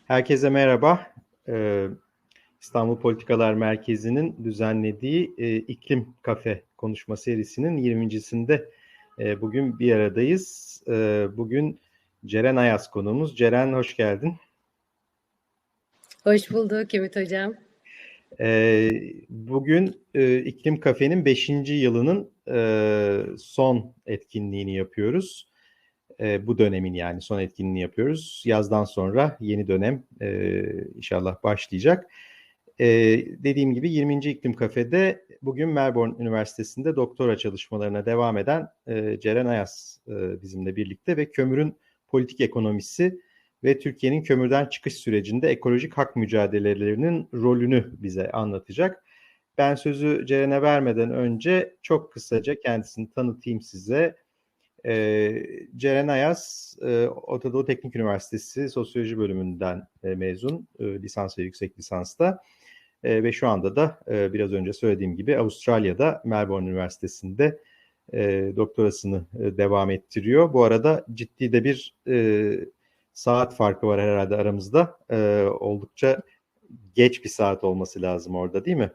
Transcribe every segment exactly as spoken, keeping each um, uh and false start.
Herkese merhaba. Ee, İstanbul Politikalar Merkezi'nin düzenlediği e, İklim Kafe konuşma serisinin yirmincisinde e, bugün bir aradayız. E, bugün Ceren Ayaz konuğumuz. Ceren, hoş geldin. Hoş bulduk Ümit Hocam. E, bugün e, İklim Kafe'nin beşinci yılının e, son etkinliğini yapıyoruz. E, bu dönemin yani son etkinliğini yapıyoruz. Yazdan sonra yeni dönem e, inşallah başlayacak. E, dediğim gibi yirminci İklim Kafe'de bugün Melbourne Üniversitesi'nde doktora çalışmalarına devam eden e, Ceren Ayaz e, bizimle birlikte ve kömürün politik ekonomisi ve Türkiye'nin kömürden çıkış sürecinde ekolojik hak mücadelelerinin rolünü bize anlatacak. Ben sözü Ceren'e vermeden önce çok kısaca kendisini tanıtayım size. Ee, Ceren Ayaz, e, Orta Doğu Teknik Üniversitesi Sosyoloji bölümünden e, mezun, e, lisans ve yüksek lisansta. E, ve şu anda da e, biraz önce söylediğim gibi Avustralya'da Melbourne Üniversitesi'nde e, doktorasını e, devam ettiriyor. Bu arada ciddi de bir e, saat farkı var herhalde aramızda. E, oldukça geç bir saat olması lazım orada, değil mi?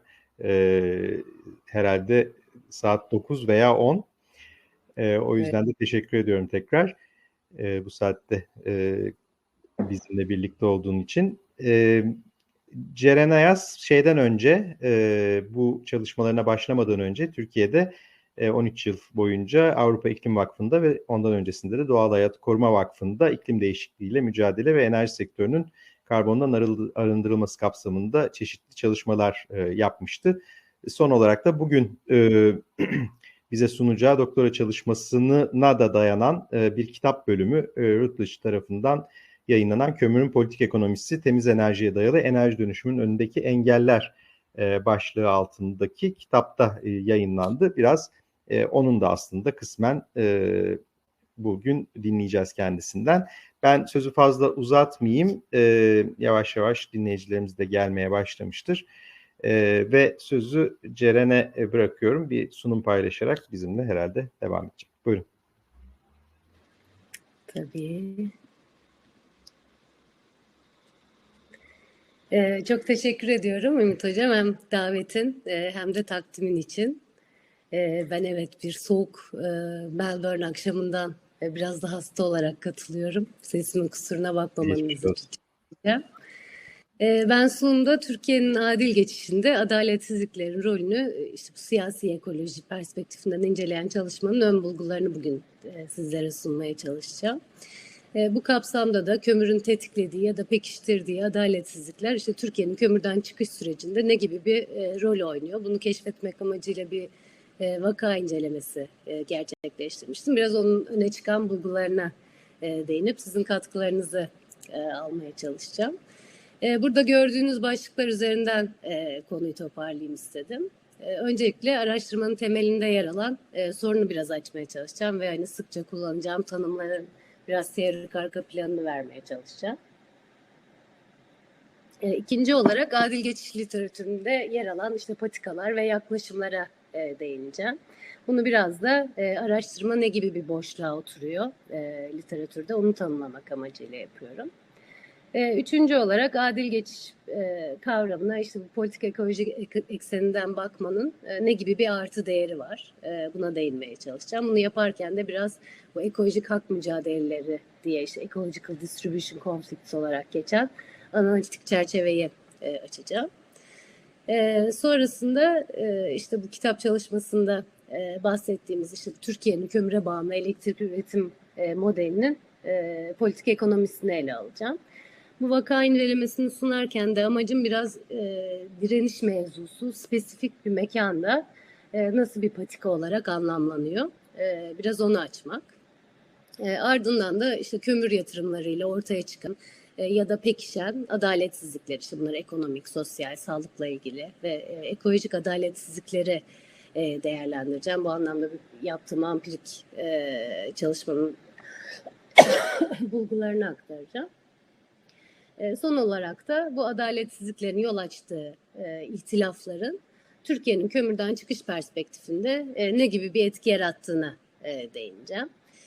E, herhalde saat dokuz veya on. E, o Evet. yüzden de teşekkür ediyorum tekrar e, bu saatte e, bizimle birlikte olduğun için. E, Ceren Ayaz şeyden önce, e, bu çalışmalarına başlamadan önce Türkiye'de e, on üç yıl boyunca Avrupa İklim Vakfı'nda ve ondan öncesinde de Doğal Hayat Koruma Vakfı'nda iklim değişikliğiyle mücadele ve enerji sektörünün karbondan arındırılması kapsamında çeşitli çalışmalar e, yapmıştı. Son olarak da bugün e, bize sunacağı doktora çalışmasına da dayanan e, bir kitap bölümü e, Routledge tarafından yayınlanan Kömürün Politik Ekonomisi, Temiz Enerjiye Dayalı Enerji Dönüşümünün Önündeki Engeller e, başlığı altındaki kitapta e, yayınlandı. Biraz e, onun da aslında kısmen e, bugün dinleyeceğiz kendisinden. Ben sözü fazla uzatmayayım. E, yavaş yavaş dinleyicilerimiz de gelmeye başlamıştır. Ee, ve sözü Ceren'e bırakıyorum. Bir sunum paylaşarak bizimle herhalde devam edecek. Buyurun. Tabii. Ee, çok teşekkür ediyorum Ümit Hocam hem davetin e, hem de takdimin için. E, ben evet bir soğuk e, Melbourne akşamından e, biraz da hasta olarak katılıyorum. Sesimin kusuruna bakmamanızı rica edeceğim. E, ben sunumda Türkiye'nin adil geçişinde adaletsizliklerin rolünü e, işte bu siyasi ekoloji perspektifinden inceleyen çalışmanın ön bulgularını bugün e, sizlere sunmaya çalışacağım. E, bu kapsamda da kömürün tetiklediği ya da pekiştirdiği adaletsizlikler işte Türkiye'nin kömürden çıkış sürecinde ne gibi bir e, rol oynuyor? Bunu keşfetmek amacıyla bir e, vaka incelemesi e, gerçekleştirmiştim. Biraz onun öne çıkan bulgularına e, değinip sizin katkılarınızı e, almaya çalışacağım. E, burada gördüğünüz başlıklar üzerinden e, konuyu toparlayayım istedim. E, öncelikle araştırmanın temelinde yer alan e, sorunu biraz açmaya çalışacağım ve hani sıkça kullanacağım tanımların biraz teorik arka planını vermeye çalışacağım. E, ikinci olarak adil geçiş literatüründe yer alan işte patikalar ve yaklaşımlara e, değineceğim. Bunu biraz da e, araştırma ne gibi bir boşluğa oturuyor e, literatürde onu tanımlamak amacıyla yapıyorum. E, üçüncü olarak adil geçiş e, kavramına işte bu politik ekoloji ekseninden bakmanın e, ne gibi bir artı değeri var. E, buna değinmeye çalışacağım. Bunu yaparken de biraz bu ekolojik hak mücadeleleri diye işte ecological distribution conflicts olarak geçen analitik çerçeveyi e, açacağım. E, sonrasında e, işte bu kitap çalışmasında e, bahsettiğimiz işte Türkiye'nin kömüre bağımlı elektrik üretim e, modelinin e, politik ekonomisini ele alacağım. Bu vaka incelemesini sunarken de amacım biraz e, direniş mevzusu spesifik bir mekanda e, nasıl bir patika olarak anlamlanıyor. E, biraz onu açmak. E, ardından da işte kömür yatırımlarıyla ortaya çıkan e, ya da pekişen adaletsizlikler, işte bunlar ekonomik, sosyal, sağlıkla ilgili ve e, ekolojik adaletsizlikleri e, değerlendireceğim. Bu anlamda bir, yaptığım ampirik e, çalışmanın bulgularını aktaracağım. E, son olarak da bu adaletsizliklerin yol açtığı e, ihtilafların Türkiye'nin kömürden çıkış perspektifinde e, ne gibi bir etki yarattığına e, değineceğim.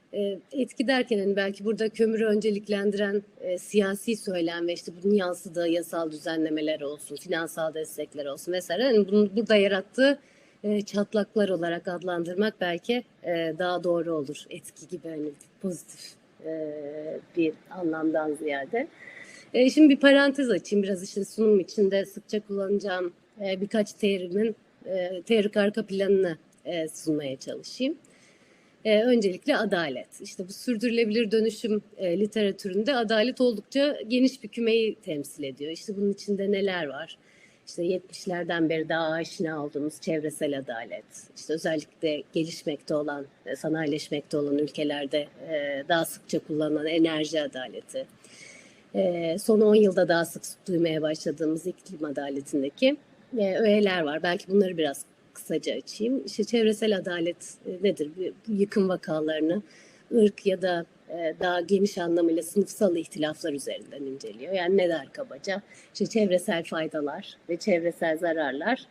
E, etki derken hani belki burada kömürü önceliklendiren e, siyasi söylem ve işte bunun yansıdığı yasal düzenlemeler olsun, finansal destekler olsun vesaire. Yani bunun burada yarattığı e, çatlaklar olarak adlandırmak belki e, daha doğru olur. Etki gibi hani pozitif e, bir anlamdan ziyade. E, şimdi bir parantez açayım. Biraz işte sunum içinde sıkça kullanacağım e, birkaç terimin e, teorik arka planını e, sunmaya çalışayım. E, öncelikle adalet. İşte bu sürdürülebilir dönüşüm e, literatüründe adalet oldukça geniş bir kümeyi temsil ediyor. İşte bunun içinde neler var? İşte yetmişlerden beri daha aşina olduğumuz çevresel adalet, işte özellikle gelişmekte olan, sanayileşmekte olan ülkelerde e, daha sıkça kullanılan enerji adaleti, e, son on yılda daha sık duymaya başladığımız iklim adaletindeki e, öğeler var. Belki bunları biraz kısaca açayım. İşte çevresel adalet e, nedir? Bu yıkım vakalarını ırk ya da e, daha geniş anlamıyla sınıfsal ihtilaflar üzerinden inceliyor. Yani ne der kabaca? İşte çevresel faydalar ve çevresel zararlar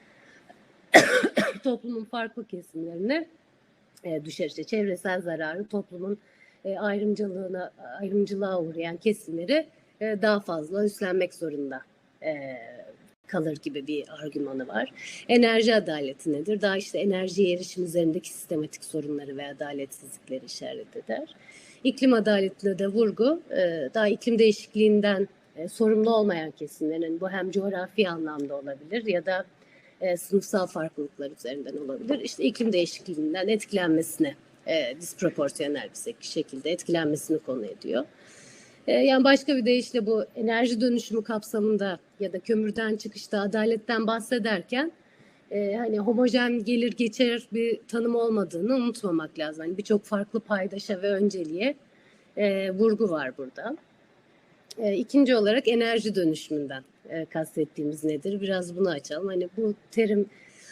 toplumun farklı kesimlerine e, düşer. İşte çevresel zararı toplumun e, ayrımcılığına ayrımcılığa uğrayan kesimleri e, daha fazla üstlenmek zorunda e, kalır gibi bir argümanı var. Enerji adaleti nedir? Daha işte enerjiye erişim üzerindeki sistematik sorunları ve adaletsizlikleri işaret eder. İklim adaletine de vurgu e, daha iklim değişikliğinden e, sorumlu olmayan kesimlerin, bu hem coğrafi anlamda olabilir ya da e, sınıfsal farklılıklar üzerinden olabilir. İşte iklim değişikliğinden etkilenmesine, e, disproporsiyonel bir şekilde etkilenmesini konu ediyor. E, yani başka bir deyişle bu enerji dönüşümü kapsamında ya da kömürden çıkışta adaletten bahsederken e, hani homojen gelir geçer bir tanım olmadığını unutmamak lazım. Yani birçok farklı paydaşa ve önceliğe e, vurgu var burada. E, ikinci olarak enerji dönüşümünden e, kastettiğimiz nedir? Biraz bunu açalım. Hani bu terim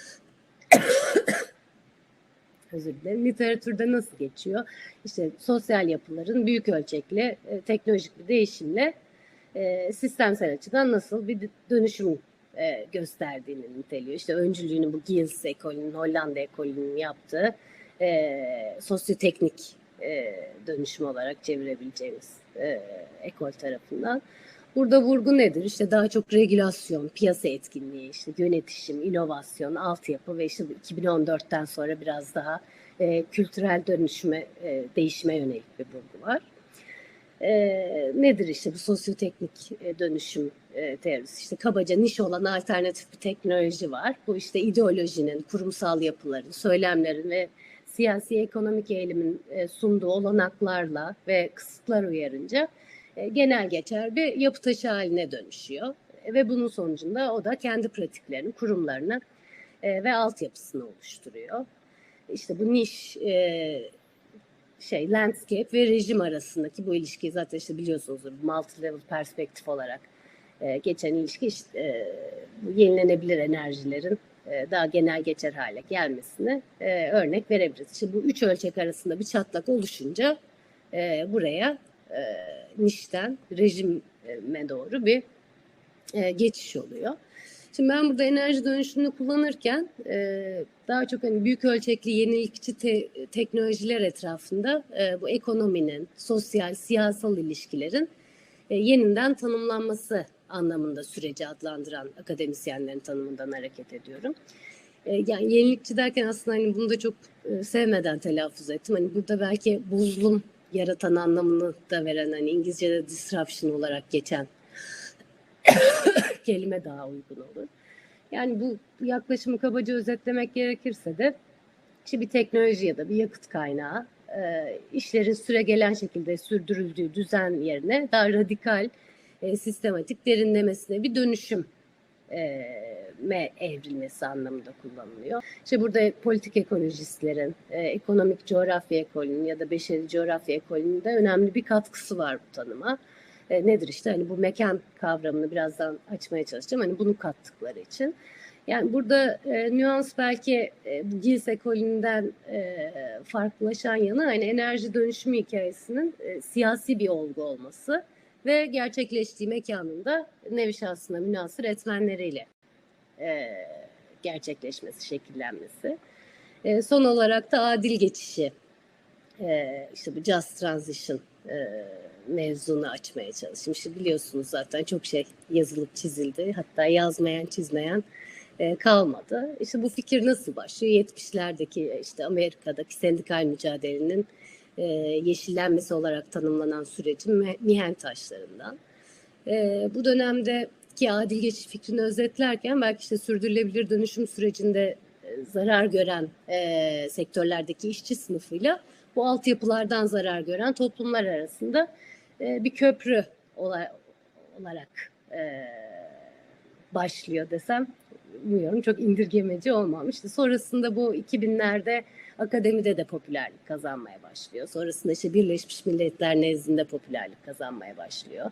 özür dilerim, literatürde nasıl geçiyor? İşte sosyal yapıların büyük ölçekli e, teknolojik bir değişimle e, sistemsel açıdan nasıl bir dönüşüm e, gösterdiğini niteliyor. İşte öncülüğünü bu Giels ekolünün, Hollanda ekolünün yaptığı e, sosyoteknik e, dönüşüm olarak çevirebileceğimiz e, ekol tarafından. Burada vurgu nedir? İşte daha çok regülasyon, piyasa etkinliği, işte yönetişim, inovasyon, altyapı ve işte iki bin on dörtten sonra biraz daha e, kültürel dönüşüme, e, değişime yönelik bir vurgu var. E, nedir işte bu sosyoteknik e, dönüşüm e, teorisi? İşte kabaca niş olan alternatif bir teknoloji var. Bu işte ideolojinin, kurumsal yapıların, söylemlerin ve siyasi ekonomik eğilimin e, sunduğu olanaklarla ve kısıtlar uyarınca e, genel geçer bir yapı taşı haline dönüşüyor. E, ve bunun sonucunda o da kendi pratiklerini, kurumlarını e, ve altyapısını oluşturuyor. İşte bu niş e, şey landscape ve rejim arasındaki bu ilişkiyi zaten işte biliyorsunuzdur, multi-level perspektif olarak e, geçen ilişki işte, e, bu yenilenebilir enerjilerin e, daha genel geçer hale gelmesine e, örnek verebiliriz. İşte bu üç ölçek arasında bir çatlak oluşunca e, buraya e, nişten rejime doğru bir e, geçiş oluyor. Şimdi ben burada enerji dönüşümünü kullanırken e, daha çok hani büyük ölçekli yenilikçi te, teknolojiler etrafında e, bu ekonominin, sosyal, siyasal ilişkilerin e, yeniden tanımlanması anlamında süreci adlandıran akademisyenlerin tanımından hareket ediyorum. E, yani yenilikçi derken aslında hani bunu da çok e, sevmeden telaffuz ettim. Hani burada belki bozulum yaratan anlamını da veren, hani İngilizce'de disruption olarak geçen kelime daha uygun olur. Yani bu yaklaşımı kabaca özetlemek gerekirse de işte bir teknoloji ya da bir yakıt kaynağı e, işlerin süregelen şekilde sürdürüldüğü düzen yerine daha radikal, e, sistematik derinlemesine bir dönüşüm e, me evrilmesi anlamında kullanılıyor. İşte burada politik ekolojistlerin, e, ekonomik coğrafya ekolünün ya da beşeri coğrafya ekolünün de önemli bir katkısı var bu tanıma. E, nedir işte hani bu mekan kavramını birazdan açmaya çalışacağım. Hani bunu kattıkları için. Yani burada e, nüans belki e, bu Giels ekolünden e, farklılaşan yanı hani enerji dönüşümü hikayesinin e, siyasi bir olgu olması ve gerçekleştiği mekanında nevi şahsına münasır etmenleriyle e, gerçekleşmesi, şekillenmesi. E, son olarak da adil geçişi e, işte bu Just Transition e, mevzunu açmaya çalıştım. İşte biliyorsunuz zaten çok şey yazılıp çizildi. Hatta yazmayan, çizmeyen e, kalmadı. İşte bu fikir nasıl başlıyor? yetmişlerdeki işte Amerika'daki sendikal mücadelenin e, yeşillenmesi olarak tanımlanan sürecin mihenk taşlarından. E, bu dönemdeki adil geçiş fikrini özetlerken belki işte sürdürülebilir dönüşüm sürecinde e, zarar gören e, sektörlerdeki işçi sınıfıyla bu altyapılardan zarar gören toplumlar arasında e, bir köprü olay, olarak e, başlıyor desem bilmiyorum, çok indirgemeci olmamış. İşte sonrasında bu iki binlerde akademide de popülerlik kazanmaya başlıyor. Sonrasında işte Birleşmiş Milletler nezdinde popülerlik kazanmaya başlıyor.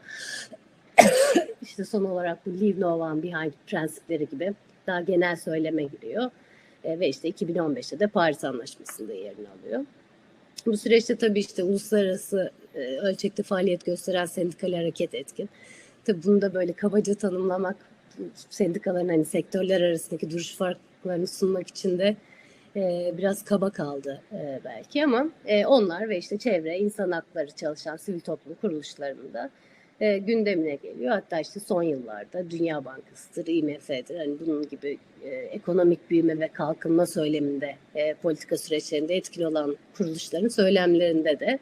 İşte son olarak bu Leave No One Behind prensipleri gibi daha genel söyleme giriyor. E, ve işte iki bin on beşte de Paris Anlaşması'nda yerini alıyor. Bu süreçte tabii işte uluslararası e, ölçekte faaliyet gösteren sendikal hareket etkin. Tabii bunu da böyle kabaca tanımlamak, sendikaların hani sektörler arasındaki duruş farklarını sunmak için de e, biraz kaba kaldı e, belki, ama e, onlar ve işte çevre, insan hakları çalışan sivil toplum kuruluşlarının da e, gündemine geliyor. Hatta işte son yıllarda Dünya Bankası'dır, I M F'dir, hani bunun gibi e, ekonomik büyüme ve kalkınma söyleminde, e, politika süreçlerinde etkili olan kuruluşların söylemlerinde de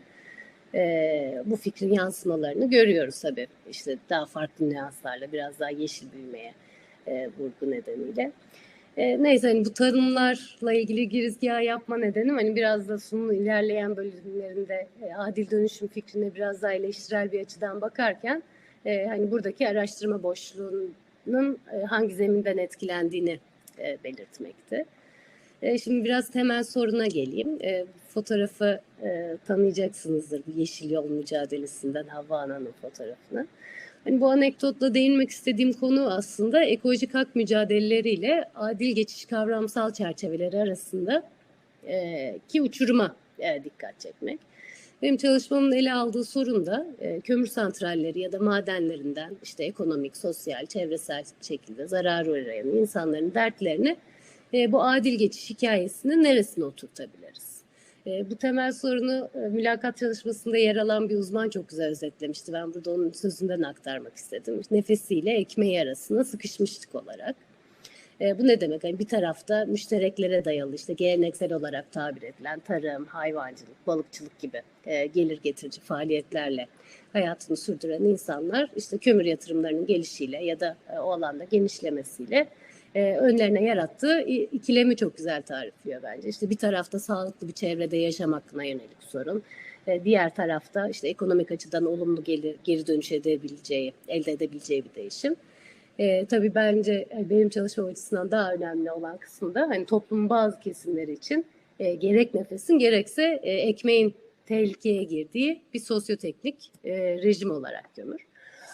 e, bu fikrin yansımalarını görüyoruz tabii. İşte daha farklı nüanslarla, biraz daha yeşil büyümeye e, vurgu nedeniyle. E, neyse, hani bu tanımlarla ilgili girizgah yapma nedenim hani biraz da sunumun ilerleyen bölümlerinde e, adil dönüşüm fikrine biraz daha eleştirel bir açıdan bakarken e, hani buradaki araştırma boşluğunun e, hangi zeminden etkilendiğini e, belirtmekti. E, şimdi biraz temel soruna geleyim. E, fotoğrafı e, tanıyacaksınızdır, bu Yeşil Yol mücadelesinden Havva Ana'nın fotoğrafını. Hani bu anekdotla değinmek istediğim konu aslında ekolojik hak mücadeleleriyle adil geçiş kavramsal çerçeveleri arasında e, ki uçuruma e, dikkat çekmek. Benim çalışmamın ele aldığı sorun da e, kömür santralleri ya da madenlerinden işte ekonomik, sosyal, çevresel şekilde zarar uğrayan insanların dertlerini e, bu adil geçiş hikayesinin neresine oturtabiliriz? E, bu temel sorunu e, mülakat çalışmasında yer alan bir uzman çok güzel özetlemişti. Ben burada onun sözünden aktarmak istedim. Nefesiyle ekmeği arasına sıkışmıştık olarak. E, bu ne demek? Yani bir tarafta müştereklere dayalı işte geleneksel olarak tabir edilen tarım, hayvancılık, balıkçılık gibi e, gelir getirici faaliyetlerle hayatını sürdüren insanlar işte kömür yatırımlarının gelişiyle ya da e, o alanda genişlemesiyle e, önlerine yarattığı ikilemi çok güzel tarifliyor bence. İşte bir tarafta sağlıklı bir çevrede yaşam hakkına yönelik sorun. E, diğer tarafta işte ekonomik açıdan olumlu gelir, geri dönüş edebileceği, elde edebileceği bir değişim. E, tabii bence benim çalışmam açısından daha önemli olan kısmı da hani toplumun bazı kesimleri için e, gerek nefesin gerekse e, ekmeğin tehlikeye girdiği bir sosyoteknik e, rejim olarak kömür.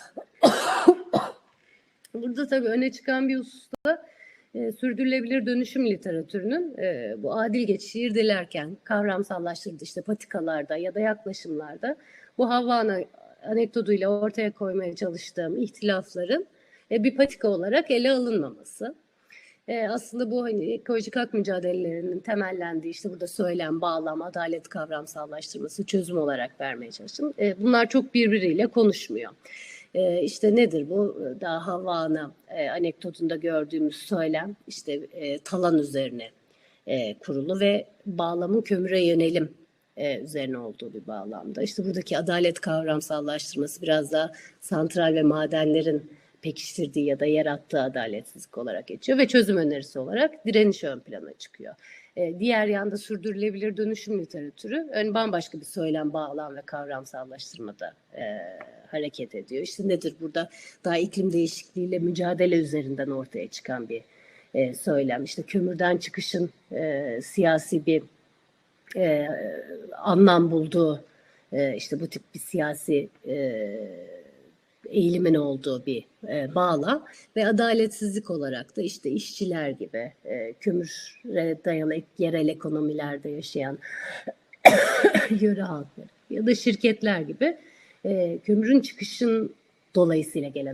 Burada tabii öne çıkan bir hususta e, sürdürülebilir dönüşüm literatürünün e, bu adil geçişi irdelerken kavramsallaştırdığı işte patikalarda ya da yaklaşımlarda bu Havva anekdotuyla ortaya koymaya çalıştığım ihtilafların e, bir patika olarak ele alınmaması. E, aslında bu hani ekolojik hak mücadelelerinin temellendiği işte burada söylem, bağlam, adalet kavramsallaştırması, çözüm olarak vermeye çalıştım. E, bunlar çok birbiriyle konuşmuyor. E, işte nedir bu? Daha Havva Ana e, anekdotunda gördüğümüz söylem işte e, talan üzerine e, kurulu ve bağlamın kömüre yönelim e, üzerine olduğu bir bağlamda. İşte buradaki adalet kavramsallaştırması biraz daha santral ve madenlerin pekiştirdiği ya da yarattığı adaletsizlik olarak geçiyor ve çözüm önerisi olarak direniş ön plana çıkıyor. E, diğer yanda sürdürülebilir dönüşüm literatürü ön bambaşka bir söylem, bağlam ve kavramsallaştırmada e, hareket ediyor. İşte nedir burada? Daha iklim değişikliğiyle mücadele üzerinden ortaya çıkan bir e, söylem. İşte kömürden çıkışın e, siyasi bir e, anlam bulduğu, e, işte bu tip bir siyasi e, eğilimin olduğu bir e, bağlam ve adaletsizlik olarak da işte işçiler gibi e, kömüre dayalı yerel ekonomilerde yaşayan yöre halkları ya da şirketler gibi e, kömürün çıkışın dolayısıyla gelen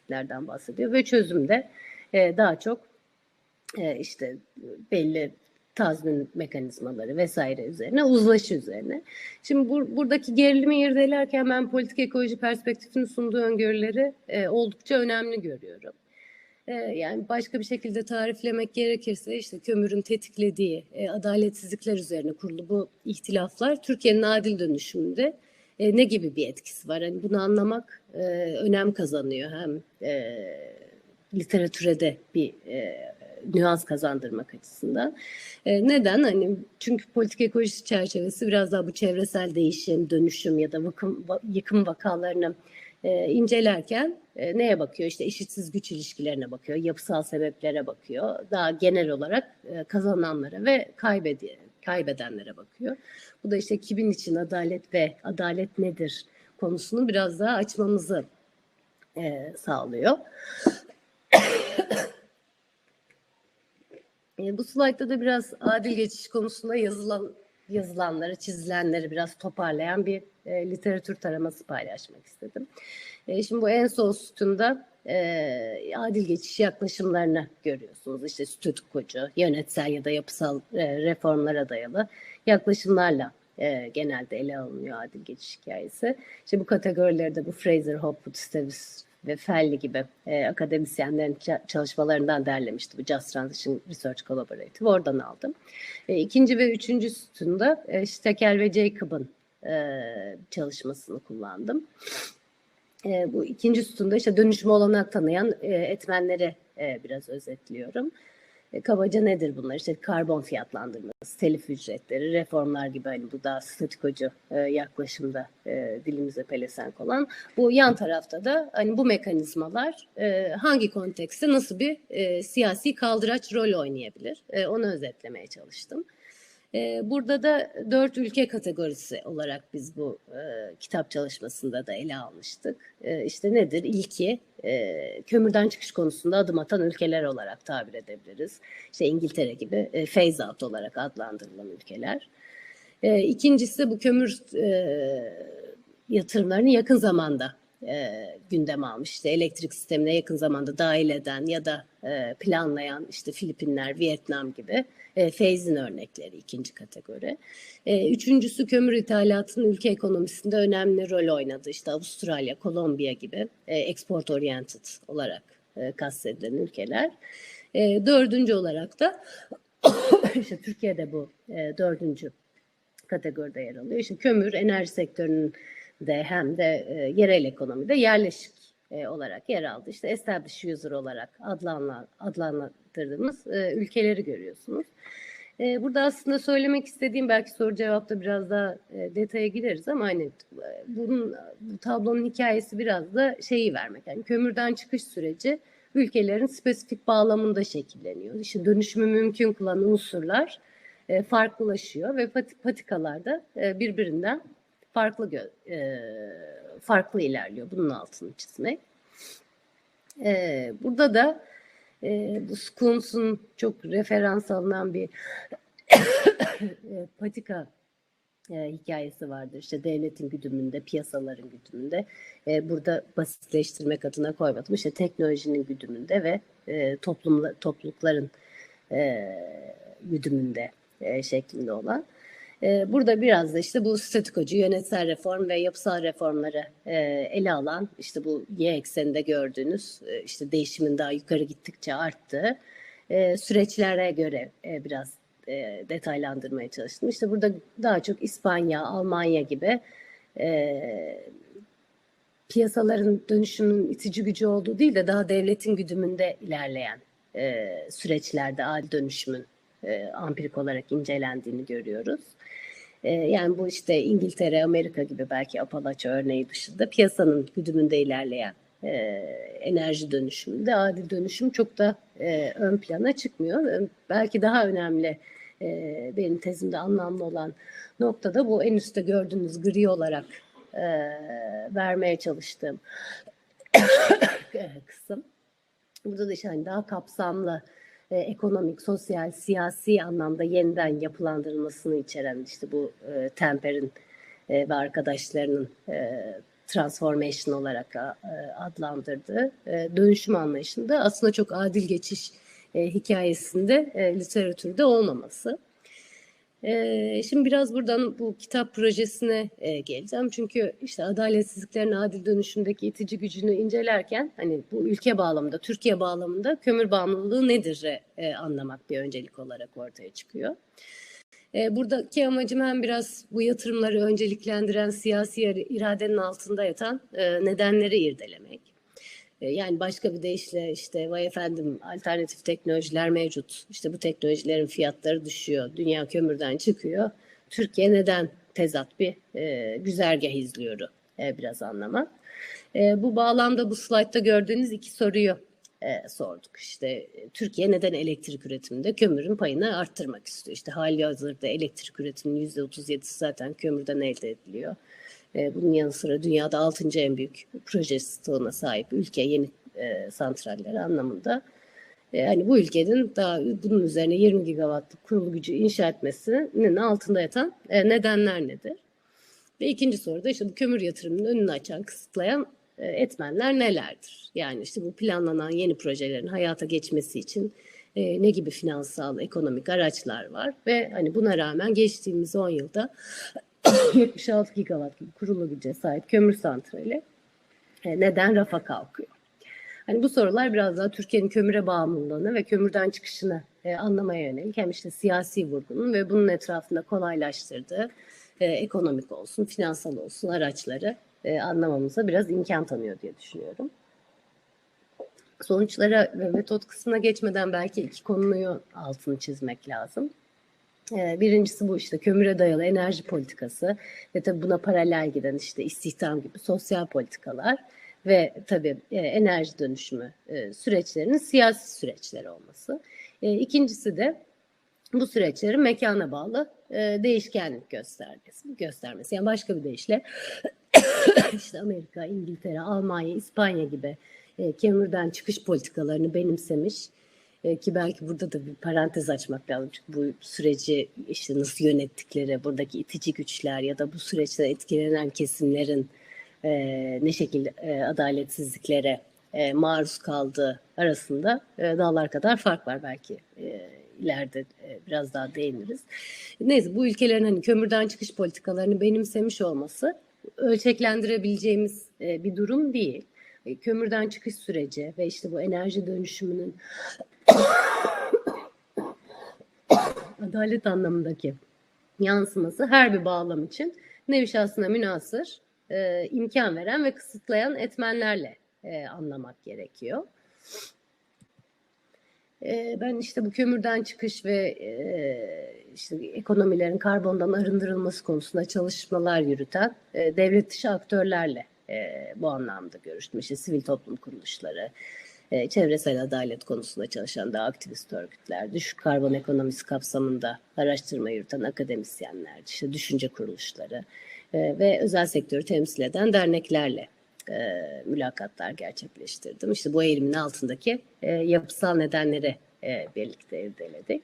adaletsizliklerden bahsediyor ve çözümde e, daha çok e, işte belli tazmin mekanizmaları vesaire üzerine, uzlaşı üzerine. Şimdi bur buradaki gerilimi irdelerken ben politik ekoloji perspektifinin sunduğu öngörüleri e, oldukça önemli görüyorum. E, yani başka bir şekilde tariflemek gerekirse işte kömürün tetiklediği e, adaletsizlikler üzerine kurulu bu ihtilaflar Türkiye'nin adil dönüşümünde e, ne gibi bir etkisi var? Yani bunu anlamak e, önem kazanıyor. Hem e, literatüre de bir e, nüans kazandırmak açısından. E, neden? Hani çünkü politik ekolojisi çerçevesi biraz daha bu çevresel değişim, dönüşüm ya da vakım, yıkım vakalarını e, incelerken e, neye bakıyor? İşte eşitsiz güç ilişkilerine bakıyor, yapısal sebeplere bakıyor. Daha genel olarak e, kazananlara ve kaybedi kaybedenlere bakıyor. Bu da işte kimin için adalet ve adalet nedir konusunu biraz daha açmamızı e, sağlıyor. E, bu slaytta da biraz adil geçiş konusunda yazılan yazılanları, çizilenleri biraz toparlayan bir e, literatür taraması paylaşmak istedim. E, şimdi bu en sol sütunda e, adil geçiş yaklaşımlarını görüyorsunuz. İşte statükocu, yönetsel ya da yapısal e, reformlara dayalı yaklaşımlarla e, genelde ele alınıyor adil geçiş hikayesi. İşte bu kategorileri de bu Fraser, Hopwood, Stevis ve Felli gibi e, akademisyenlerin çalışmalarından derlemişti. Bu Just Transition Research Collaborative. Oradan aldım. E, ikinci ve üçüncü sütunda e, Stekel ve Jacob'ın e, çalışmasını kullandım. E, bu ikinci sütunda işte dönüşüm olanak tanıyan e, etmenleri e, biraz özetliyorum. E, kabaca nedir bunlar? İşte karbon fiyatlandırması, telif ücretleri, reformlar gibi hani bu daha statikocu e, yaklaşımda e, dilimize pelesenk olan. Bu yan tarafta da hani bu mekanizmalar e, hangi kontekste nasıl bir e, siyasi kaldıraç rol oynayabilir? E, onu özetlemeye çalıştım. Burada da dört ülke kategorisi olarak biz bu e, kitap çalışmasında da ele almıştık. E, işte nedir? İlki e, kömürden çıkış konusunda adım atan ülkeler olarak tabir edebiliriz. İşte İngiltere gibi e, phase out olarak adlandırılan ülkeler. E, ikincisi bu kömür e, yatırımlarını yakın zamanda e, gündeme almış. İşte elektrik sistemine yakın zamanda dahil eden ya da e, planlayan işte Filipinler, Vietnam gibi e, phase-in örnekleri ikinci kategori. E, üçüncüsü kömür ithalatının ülke ekonomisinde önemli rol oynadı. İşte Avustralya, Kolombiya gibi e, export oriented olarak e, kastedilen ülkeler. E, dördüncü olarak da işte Türkiye'de bu e, dördüncü kategoride yer alıyor. İşte kömür enerji sektörünün de hem de e, yerel ekonomide yerleşik e, olarak yer aldı. İşte established user olarak adlanla, adlandırdığımız e, ülkeleri görüyorsunuz. E, burada aslında söylemek istediğim belki soru cevapta biraz daha e, detaya gireriz ama hani bunun bu tablonun hikayesi biraz da şeyi vermek. Yani kömürden çıkış süreci ülkelerin spesifik bağlamında şekilleniyor. İşte dönüşümü mümkün kılan unsurlar e, farklılaşıyor ve pat, patikalarda e, birbirinden farklı e, farklı ilerliyor. Bunun altını çizmek. E, burada da e, bu Scoones'un çok referans alınan bir e, patika e, hikayesi vardır. İşte devletin güdümünde, piyasaların güdümünde. E, burada basitleştirmek adına koymadım. İşte teknolojinin güdümünde ve e, toplumla, toplulukların e, güdümünde e, şeklinde olan. E, burada biraz da işte bu statikocu, yönetsel reform ve yapısal reformları e, ele alan, işte bu Y ekseninde gördüğünüz e, işte değişimin daha yukarı gittikçe arttığı e, süreçlere göre e, biraz e, detaylandırmaya çalıştım. İşte burada daha çok İspanya, Almanya gibi e, piyasaların dönüşümün itici gücü olduğu değil de daha devletin güdümünde ilerleyen e, süreçlerde adil dönüşümün e, ampirik olarak incelendiğini görüyoruz. E, yani bu işte İngiltere, Amerika gibi belki Apalache örneği dışında piyasanın güdümünde ilerleyen e, enerji dönüşümünde adil dönüşüm çok da e, ön plana çıkmıyor. Belki daha önemli e, benim tezimde anlamlı olan noktada bu en üstte gördüğünüz gri olarak e, vermeye çalıştığım kısım. Burada da işte hani daha kapsamlı e, ekonomik, sosyal, siyasi anlamda yeniden yapılandırılmasını içeren işte bu e, Temper'in e, ve arkadaşlarının e, transformation olarak e, adlandırdığı e, dönüşüm anlayışında aslında çok adil geçiş e, hikayesinde e, literatürde olmaması. E, şimdi biraz buradan bu kitap projesine e, geleceğim. Çünkü işte adaletsizliklerin adil dönüşümdeki itici gücünü incelerken hani bu ülke bağlamında, Türkiye bağlamında kömür bağımlılığı nedir e, anlamak bir öncelik olarak ortaya çıkıyor. E, buradaki amacım hem biraz bu yatırımları önceliklendiren siyasi iradenin altında yatan e, nedenleri irdelemek. E, yani başka bir deyişle işte vay efendim alternatif teknolojiler mevcut. İşte bu teknolojilerin fiyatları düşüyor. Dünya kömürden çıkıyor. Türkiye neden tezat bir e, güzergah izliyor e, biraz anlamak. E, bu bağlamda bu slaytta gördüğünüz iki soruyu e, sorduk. İşte Türkiye neden elektrik üretiminde kömürün payını arttırmak istiyor? İşte hali hazırda elektrik üretiminin yüzde otuz yedisi zaten kömürden elde ediliyor. E, bunun yanı sıra dünyada altıncı en büyük proje stoğuna sahip ülke yeni e, santraller anlamında. E, hani bu ülkenin daha bunun üzerine yirmi gigawattlık kurulu gücü inşa etmesinin altında yatan e, nedenler nedir? Ve ikinci soruda işte bu kömür yatırımının önünü açan, kısıtlayan e, etmenler nelerdir? Yani işte bu planlanan yeni projelerin hayata geçmesi için e, ne gibi finansal, ekonomik araçlar var ve hani buna rağmen geçtiğimiz on yılda yetmiş altı gigawatt gibi kurulu güce sahip kömür santrali e, neden rafa kalkıyor? Hani bu sorular biraz daha Türkiye'nin kömüre bağımlılığını ve kömürden çıkışını e, anlamaya yönelik hem işte siyasi vurgunun ve bunun etrafında kolaylaştırdığı e, ekonomik olsun, finansal olsun araçları e, anlamamıza biraz imkan tanıyor diye düşünüyorum. Sonuçlara ve metot kısmına geçmeden belki iki konuyu altını çizmek lazım. Birincisi bu işte kömüre dayalı enerji politikası ve tabii buna paralel giden işte istihdam gibi sosyal politikalar ve tabii enerji dönüşümü süreçlerinin siyasi süreçler olması. İkincisi de bu süreçlerin mekana bağlı değişkenlik göstermesi. göstermesi. Yani başka bir deyişle işte Amerika, İngiltere, Almanya, İspanya gibi kömürden çıkış politikalarını benimsemiş. Ki belki burada da bir parantez açmak lazım. Çünkü bu süreci işte nasıl yönettikleri, buradaki itici güçler ya da bu süreçten etkilenen kesimlerin e, ne şekilde e, adaletsizliklere e, maruz kaldığı arasında e, dağlar kadar fark var belki. E, ileride e, biraz daha değiniriz. Neyse bu ülkelerin hani kömürden çıkış politikalarını benimsemiş olması ölçeklendirebileceğimiz e, bir durum değil. E, kömürden çıkış süreci ve işte bu enerji dönüşümünün adalet anlamındaki yansıması her bir bağlam için nevi şahsına münhasır, e, imkan veren ve kısıtlayan etmenlerle e, anlamak gerekiyor. E, ben işte bu kömürden çıkış ve e, işte ekonomilerin karbondan arındırılması konusunda çalışmalar yürüten e, devlet dışı aktörlerle e, bu anlamda görüştüm. İşte sivil toplum kuruluşları, e, çevresel adalet konusunda çalışan da aktivist örgütler, düşük karbon ekonomisi kapsamında araştırma yürüten akademisyenler, işte düşünce kuruluşları e, ve özel sektörü temsil eden derneklerle e, mülakatlar gerçekleştirdim. İşte bu eğilimin altındaki e, yapısal nedenleri e, birlikte irdeledik.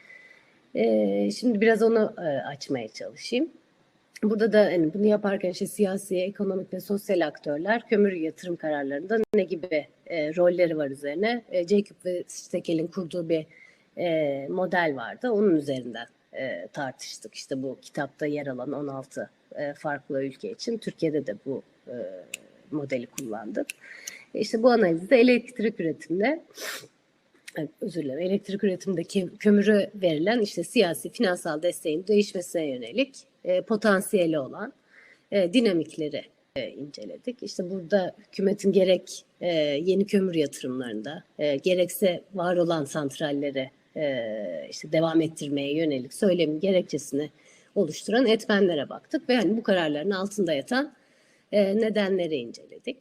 E, şimdi biraz onu e, açmaya çalışayım. Burada da hani bunu yaparken işte siyasi, ekonomik ve sosyal aktörler kömür yatırım kararlarında ne gibi e, rolleri var üzerine. E, Jacob ve Stekel'in kurduğu bir e, model vardı. Onun üzerinden e, tartıştık. İşte bu kitapta yer alan on altı e, farklı ülke için. Türkiye'de de bu e, modeli kullandık. E, işte bu analizde elektrik üretiminde özür dilerim, elektrik üretimindeki kömürü verilen işte siyasi, finansal desteğin değişmesine yönelik e, potansiyeli olan e, dinamikleri e, inceledik. İşte burada hükümetin gerek e, yeni kömür yatırımlarında e, gerekse var olan santralleri e, işte devam ettirmeye yönelik söylemin gerekçesini oluşturan etmenlere baktık ve hani bu kararların altında yatan e, nedenleri inceledik.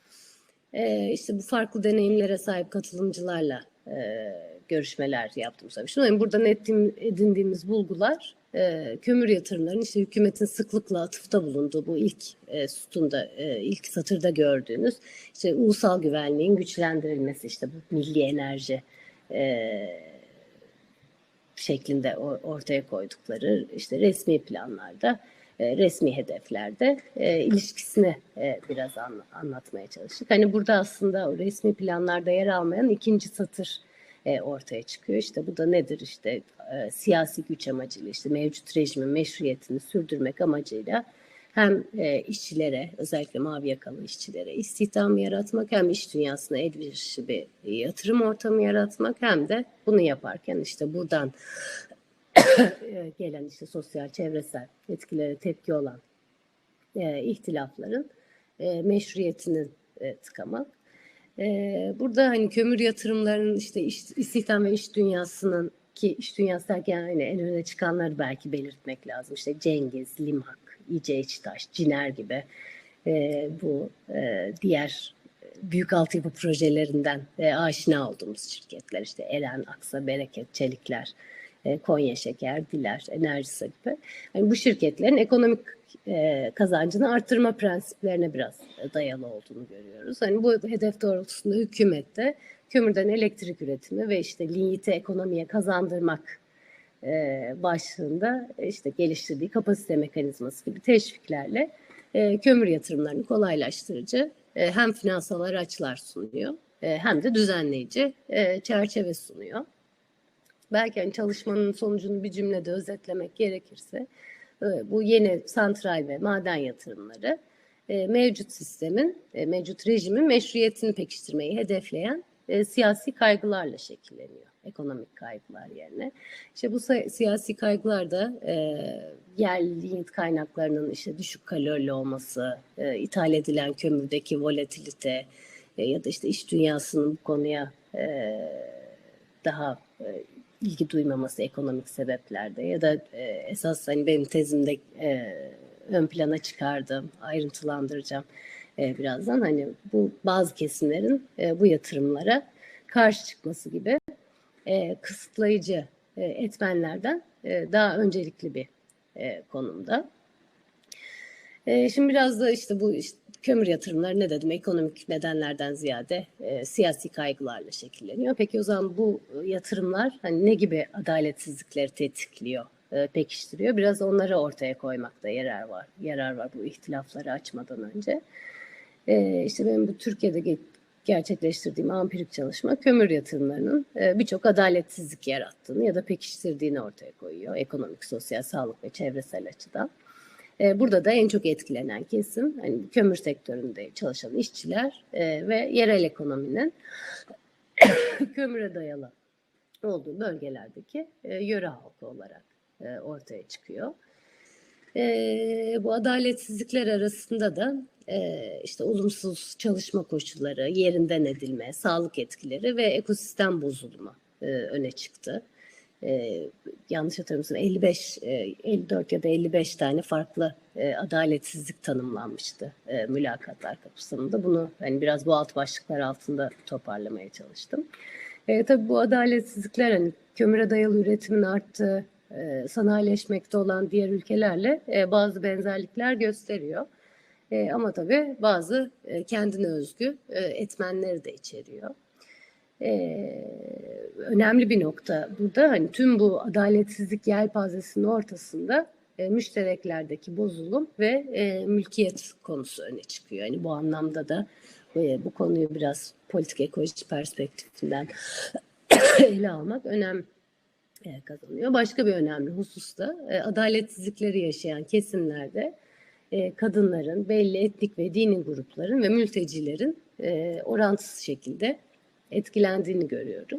E, işte bu farklı deneyimlere sahip katılımcılarla e, görüşmeler yaptım tabii. Şimdi buradan ettiğim, edindiğimiz bulgular e, kömür yatırımlarının işte hükümetin sıklıkla atıfta bulunduğu bu ilk e, sütunda, e, ilk satırda gördüğünüz işte ulusal güvenliğin güçlendirilmesi, işte bu milli enerji e, şeklinde ortaya koydukları işte resmi planlarda, e, resmi hedeflerde e, ilişkisini e, biraz an, anlatmaya çalıştık. Hani burada aslında o resmi planlarda yer almayan ikinci satır e, ortaya çıkıyor. İşte bu da nedir? İşte e, siyasi güç amacıyla, işte mevcut rejimin meşruiyetini sürdürmek amacıyla hem e, işçilere, özellikle mavi yakalı işçilere istihdam yaratmak, hem iş dünyasına elverişli bir yatırım ortamı yaratmak, hem de bunu yaparken işte buradan gelen işte sosyal, çevresel etkilere tepki olan e, ihtilafların e, meşruiyetini e, tıkamak. E, burada hani kömür yatırımlarının işte iş, istihdam ve iş dünyasının, ki iş dünyası derken yani en öne çıkanları belki belirtmek lazım. İşte Cengiz, Limhak, İce İçtaş, Ciner gibi e, bu e, diğer büyük altyapı projelerinden e, aşina olduğumuz şirketler, işte Eren, Aksa, Bereket, Çelikler, e, Konya Şeker, Diler, Enerjisa gibi. Yani bu şirketlerin ekonomik e, kazancını artırma prensiplerine biraz dayalı olduğunu görüyoruz. Hani bu hedef doğrultusunda hükümet de kömürden elektrik üretimi ve işte linyiti ekonomiye kazandırmak e, başlığında işte geliştirdiği kapasite mekanizması gibi teşviklerle e, kömür yatırımlarını kolaylaştırıcı e, hem finansal araçlar sunuyor e, hem de düzenleyici e, çerçeve sunuyor. Belki hani çalışmanın sonucunu bir cümlede özetlemek gerekirse e, bu yeni santral ve maden yatırımları e, mevcut sistemin, e, mevcut rejimin meşruiyetini pekiştirmeyi hedefleyen e, siyasi kaygılarla şekilleniyor. Ekonomik kaygılar yerine. İşte bu siyasi kaygılar da e, yerli linyit kaynaklarının işte düşük kalorili olması, e, ithal edilen kömürdeki volatilite e, ya da işte iş dünyasının bu konuya e, daha e, ilgi duymaması ekonomik sebeplerde ya da e, esas hani benim tezimde e, ön plana çıkardığım, ayrıntılandıracağım e, birazdan, hani bu bazı kesimlerin e, bu yatırımlara karşı çıkması gibi e, kısıtlayıcı e, etmenlerden e, daha öncelikli bir e, konumda. E, şimdi biraz da işte bu işte, kömür yatırımları ne dedim? Ekonomik nedenlerden ziyade e, siyasi kaygılarla şekilleniyor. Peki o zaman bu yatırımlar hani ne gibi adaletsizlikleri tetikliyor, e, pekiştiriyor? Biraz onları ortaya koymakta yarar var. Yarar var bu ihtilafları açmadan önce. E, işte benim bu Türkiye'de gerçekleştirdiğim ampirik çalışma kömür yatırımlarının e, birçok adaletsizlik yarattığını ya da pekiştirdiğini ortaya koyuyor. Ekonomik, sosyal, sağlık ve çevresel açıdan. Burada da en çok etkilenen kesim hani kömür sektöründe çalışan işçiler e, ve yerel ekonominin kömüre dayalı olduğu bölgelerdeki e, yöre halkı olarak e, ortaya çıkıyor. E, bu adaletsizlikler arasında da e, işte olumsuz çalışma koşulları, yerinden edilme, sağlık etkileri ve ekosistem bozulma e, öne çıktı. Ee, yanlış hatırlamıyorsam elli beş, elli dört ya da elli beş tane farklı e, adaletsizlik tanımlanmıştı e, mülakatlar kapsamında. Bunu hani biraz bu alt başlıklar altında toparlamaya çalıştım. E, tabii bu adaletsizlikler hani kömüre dayalı üretimin arttığı, e, sanayileşmekte olan diğer ülkelerle e, bazı benzerlikler gösteriyor. E, ama tabii bazı e, kendine özgü e, etmenleri de içeriyor. Ee, önemli bir nokta burada, hani tüm bu adaletsizlik yelpazesinin ortasında e, müştereklerdeki bozulum ve e, mülkiyet konusu öne çıkıyor. Yani bu anlamda da e, bu konuyu biraz politik ekoloji perspektifinden ele almak önem e, kazanıyor. Başka bir önemli husus da e, adaletsizlikleri yaşayan kesimlerde e, kadınların, belli etnik ve dini grupların ve mültecilerin e, orantısız şekilde etkilendiğini görüyoruz.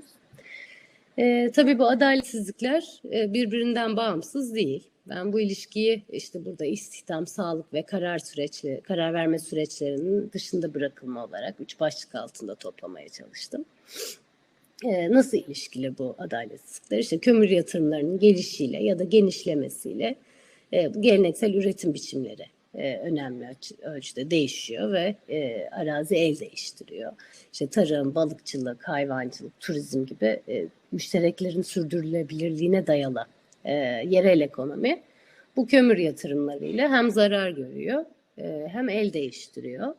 E, tabii bu adaletsizlikler e, birbirinden bağımsız değil. Ben bu ilişkiyi işte burada istihdam, sağlık ve karar süreçleri, karar verme süreçlerinin dışında bırakılma olarak üç başlık altında toplamaya çalıştım. E, nasıl ilişkili bu adaletsizlikler? İşte kömür yatırımlarının gelişiyle ya da genişlemesiyle e, bu geleneksel üretim biçimleri e, önemli ölçüde değişiyor ve e, arazi el değiştiriyor. İşte tarım, balıkçılık, hayvancılık, turizm gibi e, müştereklerin sürdürülebilirliğine dayalı e, yerel ekonomi bu kömür yatırımlarıyla hem zarar görüyor e, hem el değiştiriyor.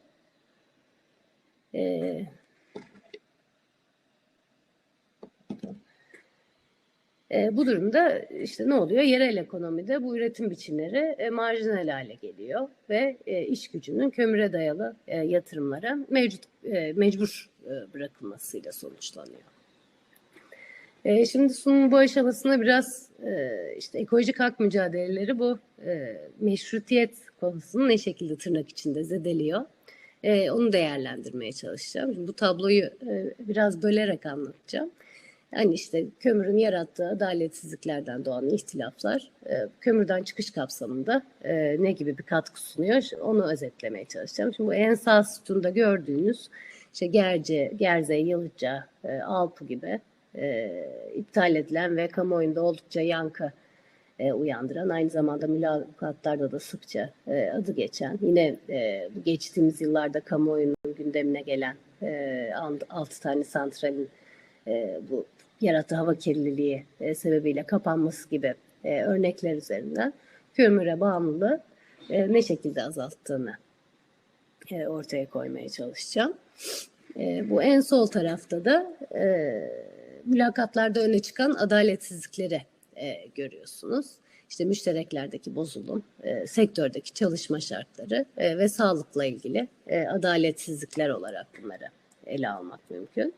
E, E, bu durumda işte ne oluyor? Yerel ekonomide bu üretim biçimleri e, marjinal hale geliyor ve e, iş gücünün kömüre dayalı e, yatırımlara mevcut e, mecbur e, bırakılmasıyla sonuçlanıyor. E, şimdi sunumun bu aşamasına biraz e, işte ekolojik hak mücadeleleri bu e, meşrutiyet konusunu ne şekilde tırnak içinde zedeliyor. E, onu değerlendirmeye çalışacağım. Şimdi bu tabloyu e, biraz bölerek anlatacağım. Yani işte kömürün yarattığı adaletsizliklerden doğan ihtilaflar e, kömürden çıkış kapsamında e, ne gibi bir katkı sunuyor onu özetlemeye çalışacağım. Şimdi bu en sağ sütunda gördüğünüz işte Gerce, Gerzey, Yalıca, e, Alpu gibi e, iptal edilen ve kamuoyunda oldukça yankı e, uyandıran, aynı zamanda mülakatlarda da sıkça e, adı geçen, yine e, bu geçtiğimiz yıllarda kamuoyunun gündemine gelen e, altı tane santralin e, bu yarattığı hava kirliliği e, sebebiyle kapanması gibi e, örnekler üzerinden kömüre bağımlılığı e, ne şekilde azalttığını e, ortaya koymaya çalışacağım. E, bu en sol tarafta da e, mülakatlarda öne çıkan adaletsizlikleri e, görüyorsunuz. İşte müştereklerdeki bozulum, e, sektördeki çalışma şartları e, ve sağlıkla ilgili e, adaletsizlikler olarak bunları ele almak mümkün.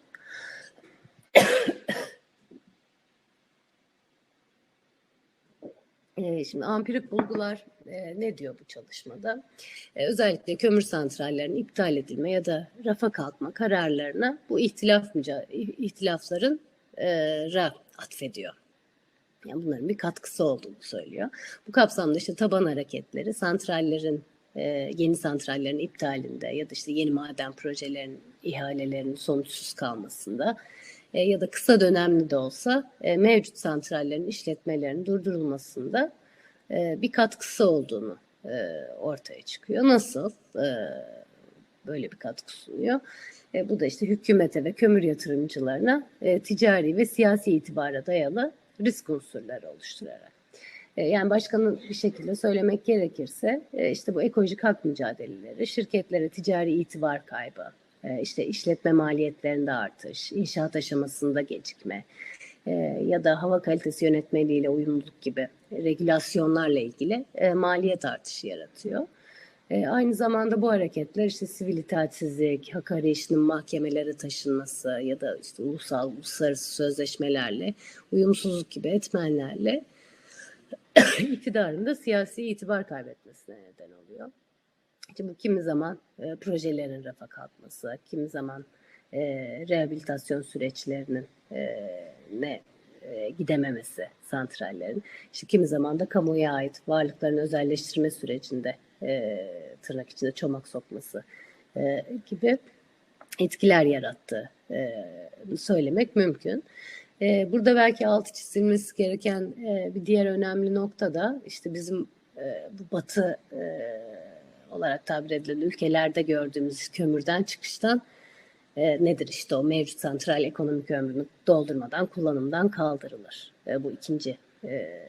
E, şimdi ampirik bulgular e, ne diyor bu çalışmada? E, özellikle kömür santrallerinin iptal edilme ya da rafa kalkma kararlarına bu ihtilaf ihtilafların e, ra atfediyor. Yani bunların bir katkısı olduğunu söylüyor. Bu kapsamda işte taban hareketleri, santrallerin e, yeni santrallerin iptalinde ya da işte yeni maden projelerinin ihalelerinin sonuçsuz kalmasında e, ya da kısa dönemli de olsa e, mevcut santrallerin işletmelerinin durdurulmasında e, bir katkısı olduğunu e, ortaya çıkıyor. Nasıl? E, böyle bir katkı sunuyor. E, bu da işte hükümete ve kömür yatırımcılarına e, ticari ve siyasi itibara dayalı risk unsurları oluşturarak. E, yani başkanın bir şekilde söylemek gerekirse e, işte bu ekolojik hak mücadeleleri, şirketlere ticari itibar kaybı, e, işte işletme maliyetlerinde artış, inşaat aşamasında gecikme e, ya da hava kalitesi yönetmeliğiyle uyumluluk gibi regülasyonlarla ilgili e, maliyet artışı yaratıyor. E, aynı zamanda bu hareketler işte sivil itaatsizlik, hak arayışının mahkemelere taşınması ya da işte ulusal, uluslararası sözleşmelerle, uyumsuzluk gibi etmenlerle iktidarın da siyasi itibar kaybetmesine neden oluyor. İşte bu kimi zaman e, projelerin rafa kalkması, kimi zaman e, rehabilitasyon süreçlerinin e, ne e, gidememesi santrallerin, işte kimi zaman da kamuya ait varlıkların özelleştirme sürecinde e, tırnak içinde çomak sokması e, gibi etkiler yarattığı e, söylemek mümkün. E, burada belki altı çizilmesi gereken e, bir diğer önemli nokta da işte bizim e, bu batı e, olarak tabir edilen ülkelerde gördüğümüz kömürden çıkıştan e, nedir işte o mevcut santral ekonomik ömrünü doldurmadan kullanımdan kaldırılır. E, bu ikinci e,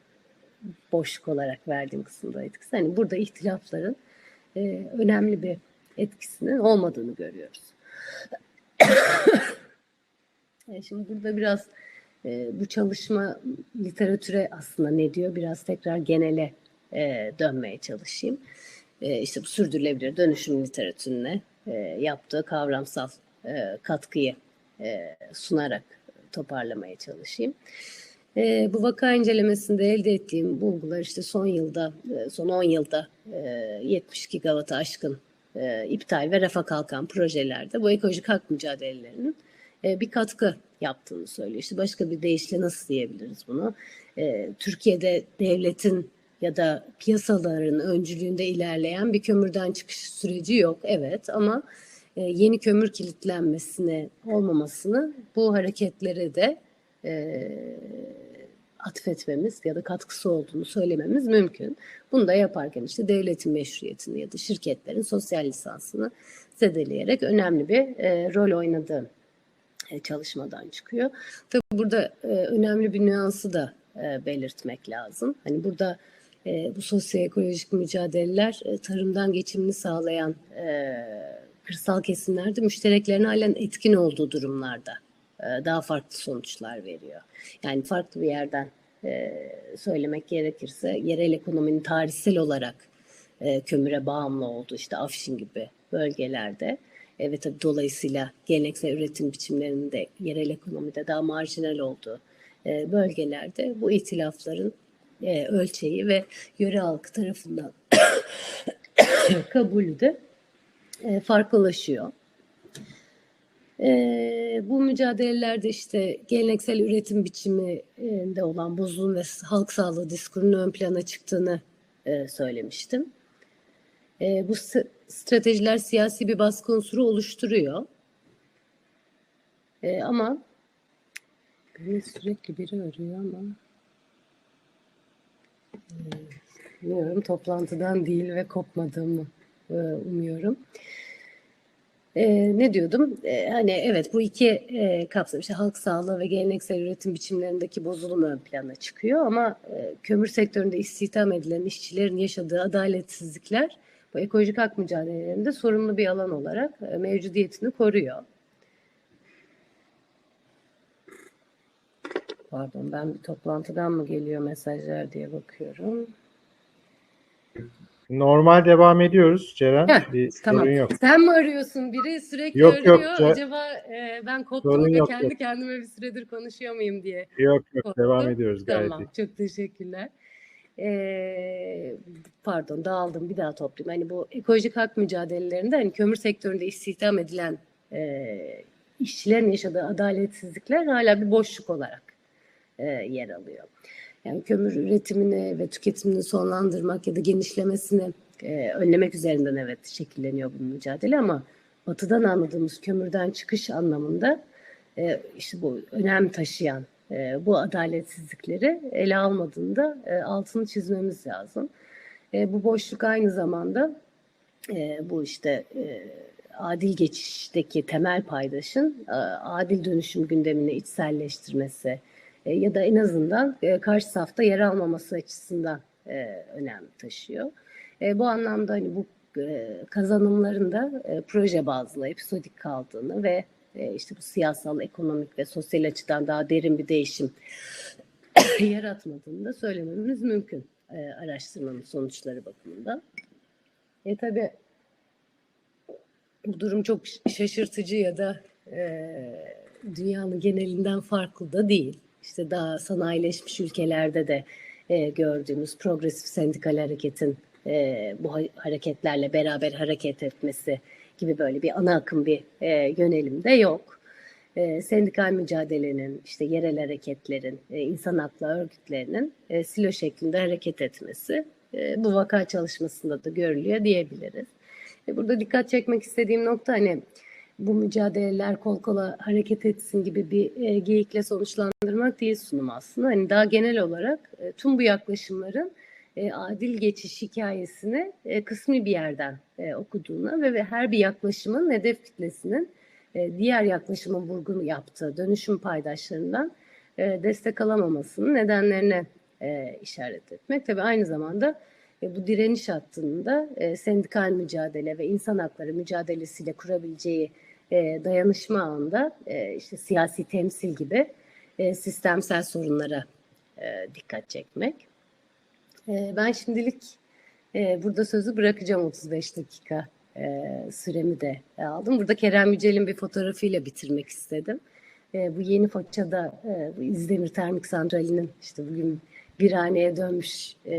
boşluk olarak verdiğim kısımda etkisi. Hani burada ihtilafların e, önemli bir etkisinin olmadığını görüyoruz. e, şimdi burada biraz e, bu çalışma literatüre aslında ne diyor? Biraz tekrar genele e, dönmeye çalışayım. E, işte bu sürdürülebilir dönüşüm literatürüne e, yaptığı kavramsal e, katkıyı e, sunarak toparlamaya çalışayım. E, bu vaka incelemesinde elde ettiğim bulgular işte son yılda, e, son on yılda e, yetmiş gigawatt'a aşkın e, iptal ve rafa kalkan projelerde bu ekolojik hak mücadelelerinin e, bir katkı yaptığını söylüyor. İşte başka bir deyişle nasıl diyebiliriz bunu? E, Türkiye'de devletin ya da piyasaların öncülüğünde ilerleyen bir kömürden çıkış süreci yok. Evet, ama e, yeni kömür kilitlenmesine olmamasını bu hareketlere de e, atfetmemiz ya da katkısı olduğunu söylememiz mümkün. Bunu da yaparken işte devletin meşruiyetini ya da şirketlerin sosyal lisansını zedeleyerek önemli bir e, rol oynadığı e, çalışmadan çıkıyor. Tabii burada e, önemli bir nüansı da e, belirtmek lazım. Hani burada e, bu sosyoekolojik mücadeleler e, tarımdan geçimini sağlayan e, kırsal kesimlerde müştereklerin halen etkin olduğu durumlarda e, daha farklı sonuçlar veriyor. Yani farklı bir yerden e, söylemek gerekirse yerel ekonominin tarihsel olarak e, kömüre bağımlı olduğu işte Afşin gibi bölgelerde E, ve tabii dolayısıyla geleneksel üretim biçimlerinin de yerel ekonomide daha marjinal olduğu e, bölgelerde bu itilafların e, ölçeği ve yöre halkı tarafından kabulü de e, farklılaşıyor. E, bu mücadelelerde işte geleneksel üretim biçiminde olan bozulum ve halk sağlığı diskurunun ön plana çıktığını e, söylemiştim. E, bu stratejiler siyasi bir baskı unsuru oluşturuyor. E, ama beni sürekli biri arıyor ama e, bilmiyorum, toplantıdan değil ve kopmadığımı e, umuyorum. Ee, ne diyordum? Ee, hani evet, bu iki e, kapsam işte halk sağlığı ve geleneksel üretim biçimlerindeki bozulum ön plana çıkıyor ama e, kömür sektöründe istihdam edilen işçilerin yaşadığı adaletsizlikler bu ekolojik hak mücadelelerinde sorumlu bir alan olarak e, mevcudiyetini koruyor. Pardon, ben bir toplantıdan mı geliyor mesajlar diye bakıyorum. Normal devam ediyoruz Ceren. Heh, Bir tamam. sorun yok. Sen mi arıyorsun? Biri sürekli Yok, arıyor. yok, Ce- Acaba e, ben koptum Sorun ve yok, kendi yok. kendime bir süredir konuşuyor muyum diye Yok yok devam korktum. ediyoruz gayet iyi. Tamam, çok teşekkürler. Ee, pardon, dağıldım, bir daha toplayayım. Hani bu ekolojik hak mücadelelerinde hani kömür sektöründe istihdam edilen e, işçilerin yaşadığı adaletsizlikler hala bir boşluk olarak e, yer alıyor. Yani kömür üretimini ve tüketimini sonlandırmak ya da genişlemesini e, önlemek üzerinden evet şekilleniyor bu mücadele ama batıdan anladığımız kömürden çıkış anlamında e, işte bu önem taşıyan e, bu adaletsizlikleri ele almadığında e, altını çizmemiz lazım. E, bu boşluk aynı zamanda e, bu işte e, adil geçişteki temel paydaşın e, adil dönüşüm gündemini içselleştirmesi e, ya da en azından e, karşı safta yer almaması açısından e, önem taşıyor. E, bu anlamda hani bu e, kazanımların da e, proje bazlı, episodik kaldığını ve e, işte bu siyasal, ekonomik ve sosyal açıdan daha derin bir değişim yaratmadığını da söylememiz mümkün e, araştırmanın sonuçları bakımından. E tabii bu durum çok şaşırtıcı ya da e, dünyanın genelinden farklı da değil. İşte daha sanayileşmiş ülkelerde de e, gördüğümüz progresif sendikal hareketin e, bu hareketlerle beraber hareket etmesi gibi böyle bir ana akım bir e, yönelim de yok. E, sendikal mücadelenin, işte yerel hareketlerin, e, insan hakları örgütlerinin e, silo şeklinde hareket etmesi e, bu vaka çalışmasında da görülüyor diyebiliriz. E, burada dikkat çekmek istediğim nokta hani bu mücadeleler kol kola hareket etsin gibi bir e, geyikle sonuçlandırmak değil sunum aslında. Hani daha genel olarak e, tüm bu yaklaşımların e, adil geçiş hikayesini e, kısmi bir yerden e, okuduğuna ve, ve her bir yaklaşımın hedef kitlesinin e, diğer yaklaşımın vurgunu yaptığı dönüşüm paydaşlarından e, destek alamamasının nedenlerine e, işaret etmek. Tabii aynı zamanda e, bu direniş hattında e, sendikal mücadele ve insan hakları mücadelesiyle kurabileceği e, dayanışma ağında e, işte siyasi temsil gibi e, sistemsel sorunlara e, dikkat çekmek. E, ben şimdilik e, burada sözü bırakacağım, otuz beş dakika e, süremi de aldım. Burada Kerem Yücel'in bir fotoğrafıyla bitirmek istedim. E, bu Yeni Foça'da e, bu İzdemir Termik Santrali'nin işte bugün bir haneye dönmüş e,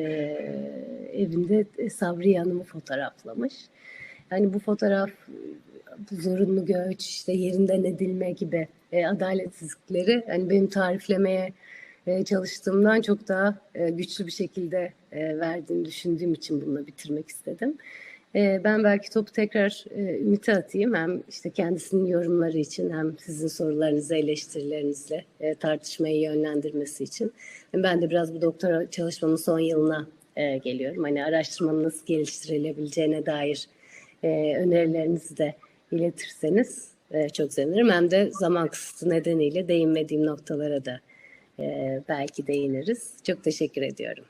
evinde Sabriye Hanım'ı fotoğraflamış. Yani bu fotoğraf bu zorunlu göç, işte yerinden edilme gibi e, adaletsizlikleri hani benim tariflemeye e, çalıştığımdan çok daha e, güçlü bir şekilde e, verdiğini düşündüğüm için bununla bitirmek istedim. E, ben belki topu tekrar e, Ümit'e atayım. Hem işte kendisinin yorumları için hem sizin sorularınızı, eleştirilerinizle e, tartışmayı yönlendirmesi için. Ben de biraz bu doktora çalışmamın son yılına e, geliyorum. Hani araştırmanın nasıl geliştirilebileceğine dair e, önerilerinizi de iletirseniz e, çok sevinirim. Hem de zaman kısıtı nedeniyle değinmediğim noktalara da e, belki değiniriz. Çok teşekkür ediyorum.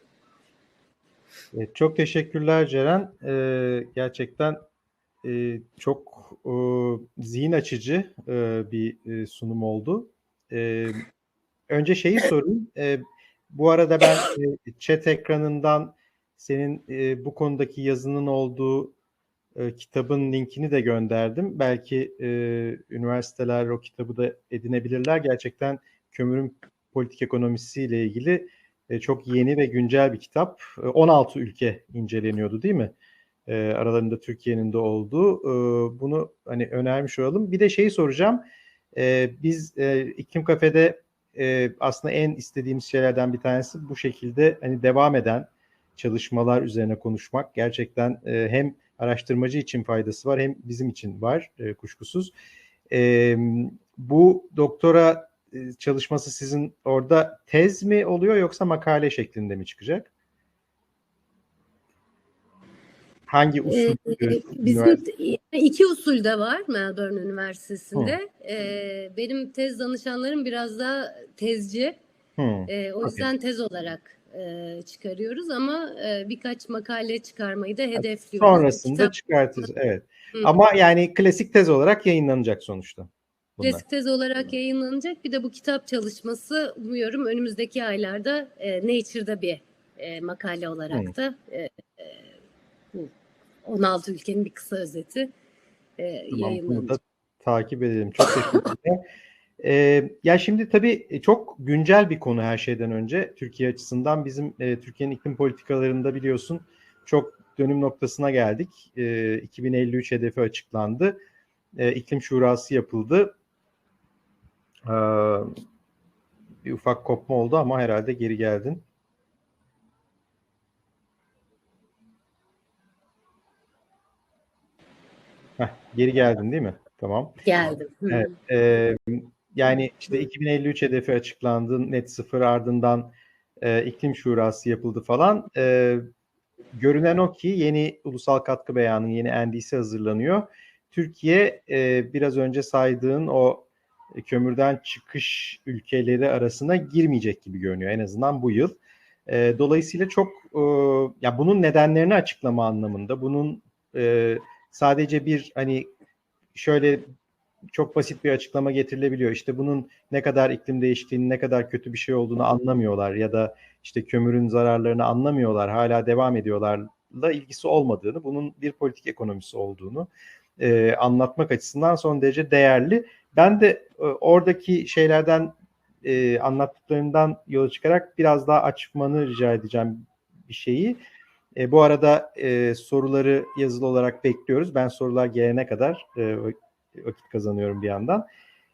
E, çok teşekkürler Ceren. E, gerçekten e, çok e, zihin açıcı e, bir e, sunum oldu. E, önce şeyi sorayım. E, bu arada ben e, chat ekranından senin e, bu konudaki yazının olduğu e, kitabın linkini de gönderdim. Belki e, üniversiteler o kitabı da edinebilirler. Gerçekten kömürün politik ekonomisiyle ilgili e, çok yeni ve güncel bir kitap. E, on altı ülke inceleniyordu değil mi? E, aralarında Türkiye'nin de olduğu. E, bunu hani önermiş olalım. Bir de şeyi soracağım. E, biz e, İklim Kafe'de e, aslında en istediğimiz şeylerden bir tanesi bu şekilde hani devam eden çalışmalar üzerine konuşmak. Gerçekten e, hem araştırmacı için faydası var hem bizim için var e, kuşkusuz. E, bu doktora e, çalışması sizin orada tez mi oluyor yoksa makale şeklinde mi çıkacak? Hangi usul? Ee, bizim iki usul de var Melbourne Üniversitesi'nde. Ee, benim tez danışanlarım biraz daha tezci. Hmm. Ee, o yüzden okay. tez olarak e, çıkarıyoruz ama e, birkaç makale çıkarmayı da hedefliyoruz. Sonrasında kitap... çıkartırız, evet. Hı. Ama yani klasik tez olarak yayınlanacak sonuçta. Bunlar. Klasik tez olarak yayınlanacak. Bir de bu kitap çalışması umuyorum önümüzdeki aylarda e, Nature'da bir e, makale olarak Hı. da e, e, on altı ülkenin bir kısa özeti e, tamam, yayınlanacak. Bunu da takip edelim. Çok teşekkürler. Ee, ya şimdi tabii çok güncel bir konu her şeyden önce Türkiye açısından. Bizim e, Türkiye'nin iklim politikalarında biliyorsun çok dönüm noktasına geldik. E, iki bin elli üç hedefi açıklandı. E, İklim Şurası yapıldı. E, bir ufak kopma oldu ama herhalde geri geldin. Heh, geri geldin değil mi? Tamam. Geldim. Evet. E, yani işte iki bin elli üç hedefi açıklandı. Net sıfır ardından e, İklim Şurası yapıldı falan. E, görünen o ki yeni ulusal katkı beyanı, yeni N D C hazırlanıyor. Türkiye e, biraz önce saydığın o kömürden çıkış ülkeleri arasına girmeyecek gibi görünüyor en azından bu yıl. E, dolayısıyla çok e, ya bunun nedenlerini açıklama anlamında, bunun e, sadece bir hani şöyle çok basit bir açıklama getirilebiliyor. İşte bunun ne kadar iklim değiştiğini, ne kadar kötü bir şey olduğunu anlamıyorlar ya da işte kömürün zararlarını anlamıyorlar, hala devam ediyorlarla ilgisi olmadığını, bunun bir politik ekonomisi olduğunu e, anlatmak açısından son derece değerli. Ben de e, oradaki şeylerden e, anlattıklarından yola çıkarak biraz daha açmanı rica edeceğim bir şeyi. E, bu arada e, soruları yazılı olarak bekliyoruz. Ben sorular gelene kadar e, vakit kazanıyorum bir yandan.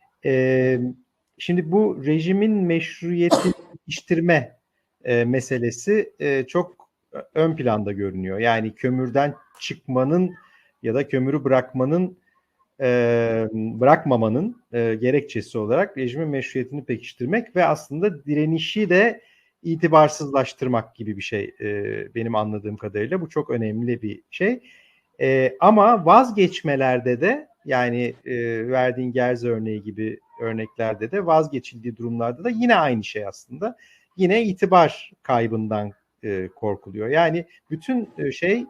E, şimdi bu rejimin meşruiyetini pekiştirme e, meselesi e, çok ön planda görünüyor. Yani kömürden çıkmanın ya da kömürü bırakmanın e, bırakmamanın e, gerekçesi olarak rejimin meşruiyetini pekiştirmek ve aslında direnişi de itibarsızlaştırmak gibi bir şey e, benim anladığım kadarıyla. Bu çok önemli bir şey. E, ama vazgeçmelerde de yani e, verdiğin Gerze örneği gibi örneklerde de vazgeçildiği durumlarda da yine aynı şey aslında. Yine itibar kaybından e, korkuluyor. Yani bütün e, şey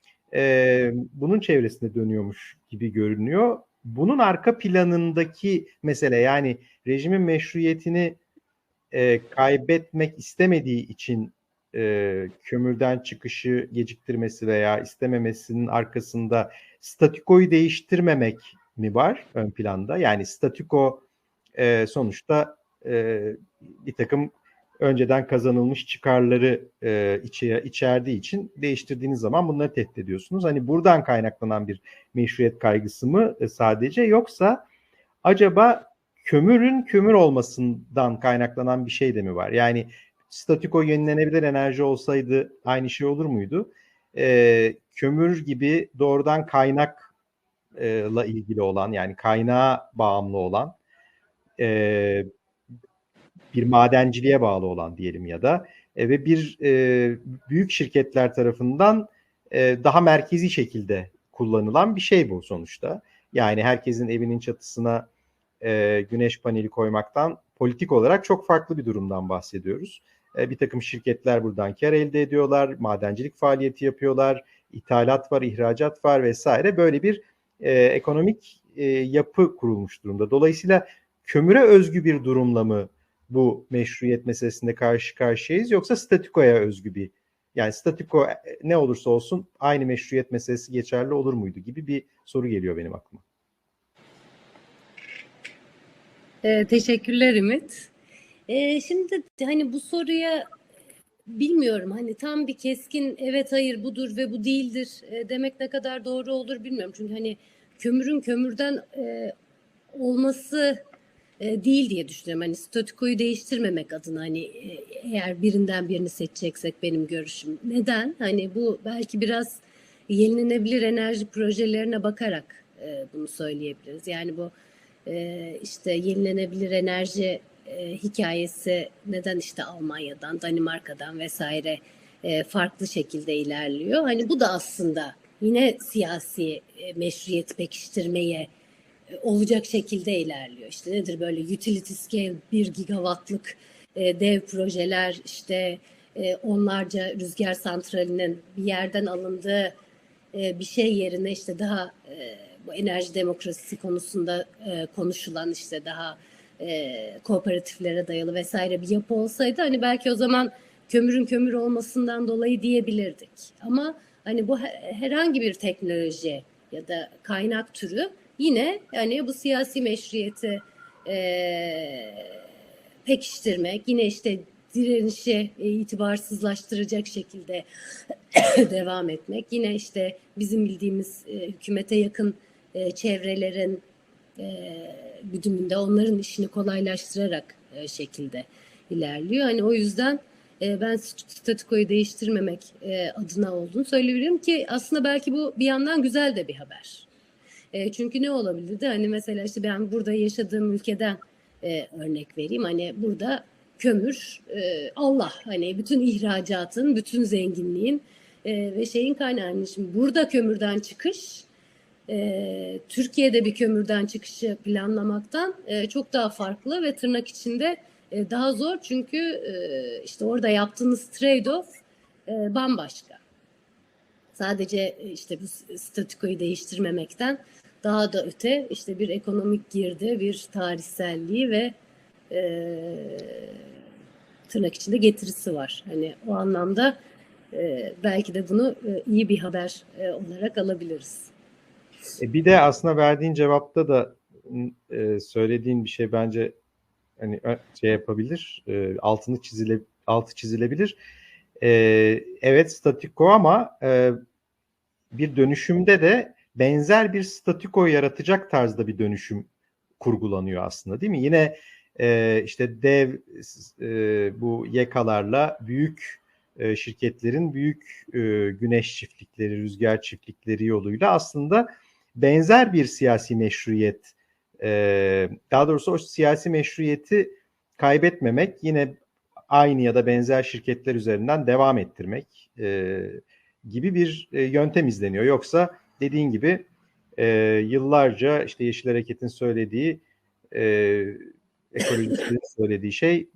e, bunun çevresinde dönüyormuş gibi görünüyor. Bunun arka planındaki mesele yani rejimin meşruiyetini e, kaybetmek istemediği için e, kömürden çıkışı geciktirmesi veya istememesinin arkasında statükoyu değiştirmemek mi var ön planda? Yani statüko e, sonuçta e, bir takım önceden kazanılmış çıkarları e, içe, içerdiği için değiştirdiğiniz zaman bunları tehdit ediyorsunuz. Hani buradan kaynaklanan bir meşruiyet kaygısı mı e, sadece yoksa acaba kömürün kömür olmasından kaynaklanan bir şey de mi var? Yani statüko yenilenebilir enerji olsaydı aynı şey olur muydu? E, kömür gibi doğrudan kaynakla ilgili olan yani kaynağa bağımlı olan e, bir madenciliğe bağlı olan diyelim ya da e, ve bir e, büyük şirketler tarafından e, daha merkezi şekilde kullanılan bir şey bu sonuçta. Yani herkesin evinin çatısına e, güneş paneli koymaktan politik olarak çok farklı bir durumdan bahsediyoruz. E, bir takım şirketler buradan kar elde ediyorlar, madencilik faaliyeti yapıyorlar, ithalat var, ihracat var vesaire. Böyle bir e, ekonomik e, yapı kurulmuş durumda. Dolayısıyla kömüre özgü bir durumla mı bu meşruiyet meselesinde karşı karşıyayız yoksa statükoya özgü bir Yani statüko ne olursa olsun aynı meşruiyet meselesi geçerli olur muydu gibi bir soru geliyor benim aklıma. Ee, teşekkürler Ümit. Ee, şimdi hani bu soruya bilmiyorum hani tam bir keskin evet hayır budur ve bu değildir e, demek ne kadar doğru olur bilmiyorum. Çünkü hani kömürün kömürden e, olması e, değil diye düşünüyorum. Hani statükoyu değiştirmemek adına hani e, eğer birinden birini seçeceksek benim görüşüm. Neden? Hani bu belki biraz yenilenebilir enerji projelerine bakarak e, bunu söyleyebiliriz. Yani bu e, işte yenilenebilir enerji e, hikayesi neden işte Almanya'dan, Danimarka'dan vesaire e, farklı şekilde ilerliyor. Hani bu da aslında yine siyasi e, meşruiyet pekiştirmeye e, olacak şekilde ilerliyor. İşte nedir böyle utility scale bir gigawattlık e, dev projeler işte e, onlarca rüzgar santralinin bir yerden alındığı e, bir şey yerine işte daha e, bu enerji demokrasisi konusunda e, konuşulan işte daha e, kooperatiflere dayalı vesaire bir yapı olsaydı hani belki o zaman kömürün kömür olmasından dolayı diyebilirdik. Ama hani bu herhangi bir teknoloji ya da kaynak türü yine yani bu siyasi meşruiyeti e, pekiştirmek, yine işte direnişi e, itibarsızlaştıracak şekilde devam etmek. Yine işte bizim bildiğimiz e, hükümete yakın e, çevrelerin e, güdümünde onların işini kolaylaştırarak e, şekilde ilerliyor. Hani o yüzden e, ben statükoyu değiştirmemek e, adına olduğunu söyleyebilirim ki aslında belki bu bir yandan güzel de bir haber. E, çünkü ne olabilirdi? Hani mesela işte ben burada yaşadığım ülkeden e, örnek vereyim. Hani burada kömür e, Allah hani bütün ihracatın, bütün zenginliğin e, ve şeyin kaynağı. Yani şimdi burada kömürden çıkış e, Türkiye'de bir kömürden çıkışı planlamaktan e, çok daha farklı ve tırnak içinde e, daha zor. Çünkü e, işte orada yaptığınız trade-off e, bambaşka. Sadece e, işte bu statükoyu değiştirmemekten daha da öte işte bir ekonomik girdi, bir tarihselliği ve e, tırnak içinde getirisi var. Hani o anlamda e, belki de bunu e, iyi bir haber e, olarak alabiliriz. E bir de aslında verdiğin cevapta da e, söylediğin bir şey bence hani şey yapabilir, e, altını çizile altı çizilebilir. E, evet statüko ama e, bir dönüşümde de benzer bir statüko yaratacak tarzda bir dönüşüm kurgulanıyor aslında değil mi? Yine e, işte dev e, bu yekalarla büyük e, şirketlerin büyük e, güneş çiftlikleri, rüzgar çiftlikleri yoluyla aslında benzer bir siyasi meşruiyet, e, daha doğrusu o siyasi meşruiyeti kaybetmemek, yine aynı ya da benzer şirketler üzerinden devam ettirmek e, gibi bir e, yöntem izleniyor. Yoksa dediğin gibi e, yıllarca işte Yeşil Hareket'in söylediği, e, ekolojistlerin söylediği şey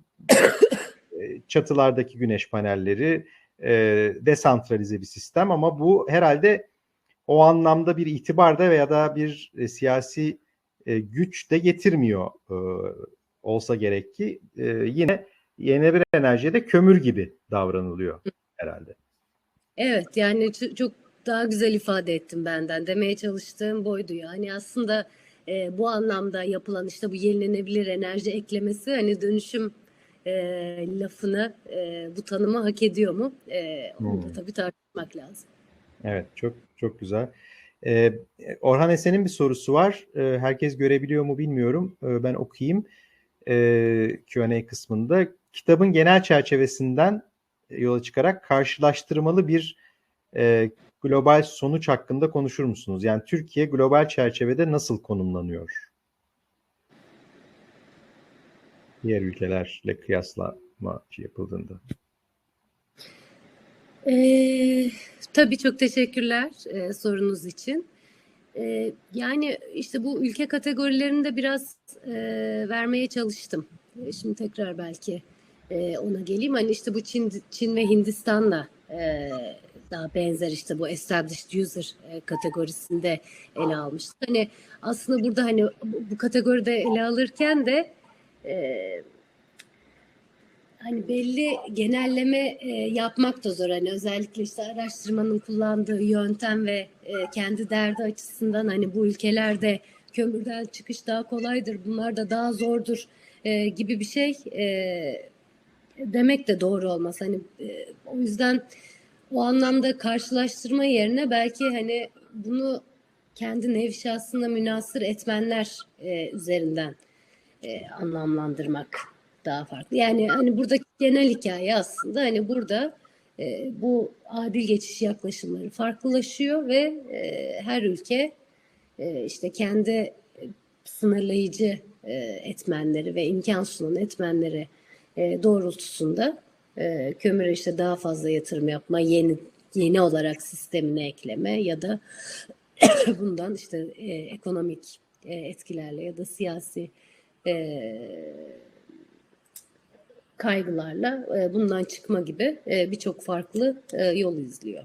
e, çatılardaki güneş panelleri, e, desantralize bir sistem ama bu herhalde o anlamda bir itibar da veya da bir e, siyasi e, güç de getirmiyor e, olsa gerek ki e, yine yenilenebilir enerjiye de kömür gibi davranılıyor herhalde. Evet yani çok daha güzel ifade ettim benden. Demeye çalıştığım boydu yani aslında e, bu anlamda yapılan işte bu yenilenebilir enerji eklemesi hani dönüşüm e, lafını e, bu tanımı hak ediyor mu? E, onu da Hmm. tabii tartışmak lazım. Evet, çok çok güzel. Ee, Orhan Esen'in bir sorusu var. Ee, herkes görebiliyor mu bilmiyorum. Ee, ben okuyayım. Ee, Q and A kısmında. Kitabın genel çerçevesinden yola çıkarak karşılaştırmalı bir e, global sonuç hakkında konuşur musunuz? Yani Türkiye global çerçevede nasıl konumlanıyor? Diğer ülkelerle kıyaslama yapıldığında. Ee, tabii çok teşekkürler e, sorunuz için. E, yani işte bu ülke kategorilerini de biraz e, vermeye çalıştım. E, şimdi tekrar belki e, ona geleyim. Hani işte bu Çin, Çin ve Hindistan'la e, daha benzer işte bu established user e, kategorisinde ele almıştık. Hani aslında burada hani bu, bu kategoride ele alırken de e, hani belli genelleme e, yapmak da zor. Hani özellikle işte araştırmanın kullandığı yöntem ve e, kendi derdi açısından hani bu ülkelerde kömürden çıkış daha kolaydır, bunlar da daha zordur e, gibi bir şey e, demek de doğru olmaz. Hani e, o yüzden o anlamda karşılaştırma yerine belki hani bunu kendi nevi şahsına münhasır etmenler e, üzerinden e, anlamlandırmak daha farklı. Yani hani buradaki genel hikaye aslında hani burada e, bu adil geçiş yaklaşımları farklılaşıyor ve e, her ülke e, işte kendi sınırlayıcı e, etmenleri ve imkan sunan etmenleri e, doğrultusunda e, kömüre işte daha fazla yatırım yapma, yeni yeni olarak sistemine ekleme ya da bundan işte e, ekonomik e, etkilerle ya da siyasi e, kaygılarla e, bundan çıkma gibi e, birçok farklı e, yol izliyor.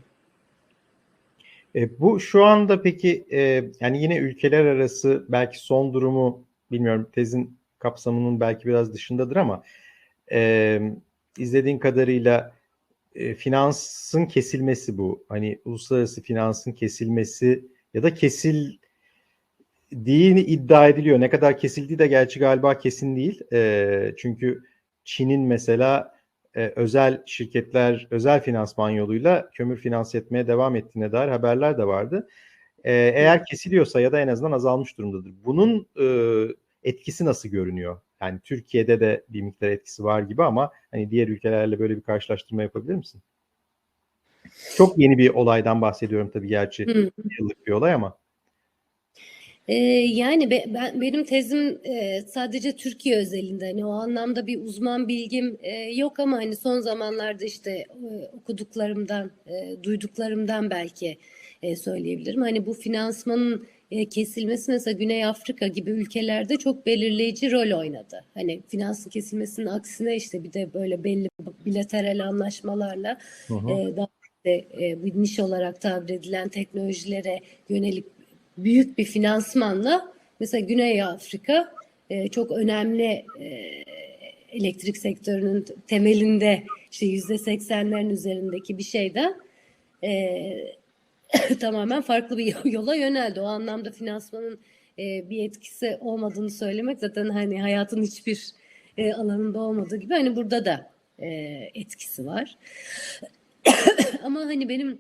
E, bu şu anda peki e, yani yine ülkeler arası belki son durumu bilmiyorum tezin kapsamının belki biraz dışındadır ama e, izlediğin kadarıyla e, finansın kesilmesi bu. Hani uluslararası finansın kesilmesi ya da kesildiğini iddia ediliyor. Ne kadar kesildiği de gerçi galiba kesin değil. E, çünkü Çin'in mesela e, özel şirketler, özel finansman yoluyla kömür finanse etmeye devam ettiğine dair haberler de vardı. E, eğer kesiliyorsa ya da en azından azalmış durumdadır. Bunun e, etkisi nasıl görünüyor? Yani Türkiye'de de bir miktar etkisi var gibi ama hani diğer ülkelerle böyle bir karşılaştırma yapabilir misin? Çok yeni bir olaydan bahsediyorum tabii gerçi. Hı. Yıllık bir olay ama. Ee, yani be, ben benim tezim e, sadece Türkiye özelinde hani o anlamda bir uzman bilgim e, yok ama hani son zamanlarda işte e, okuduklarımdan, e, duyduklarımdan belki e, söyleyebilirim. Hani bu finansmanın e, kesilmesi mesela Güney Afrika gibi ülkelerde çok belirleyici rol oynadı. Hani finansın kesilmesinin aksine işte bir de böyle belli bilateral anlaşmalarla Hı e, hı. daha işte, e, bu niş olarak tabir edilen teknolojilere yönelik büyük bir finansmanla mesela Güney Afrika e, çok önemli e, elektrik sektörünün temelinde işte yüzde seksenlerin üzerindeki bir şeyden e, tamamen farklı bir yola yöneldi. O anlamda finansmanın e, bir etkisi olmadığını söylemek zaten hani hayatın hiçbir e, alanında olmadığı gibi hani burada da e, etkisi var. Ama hani benim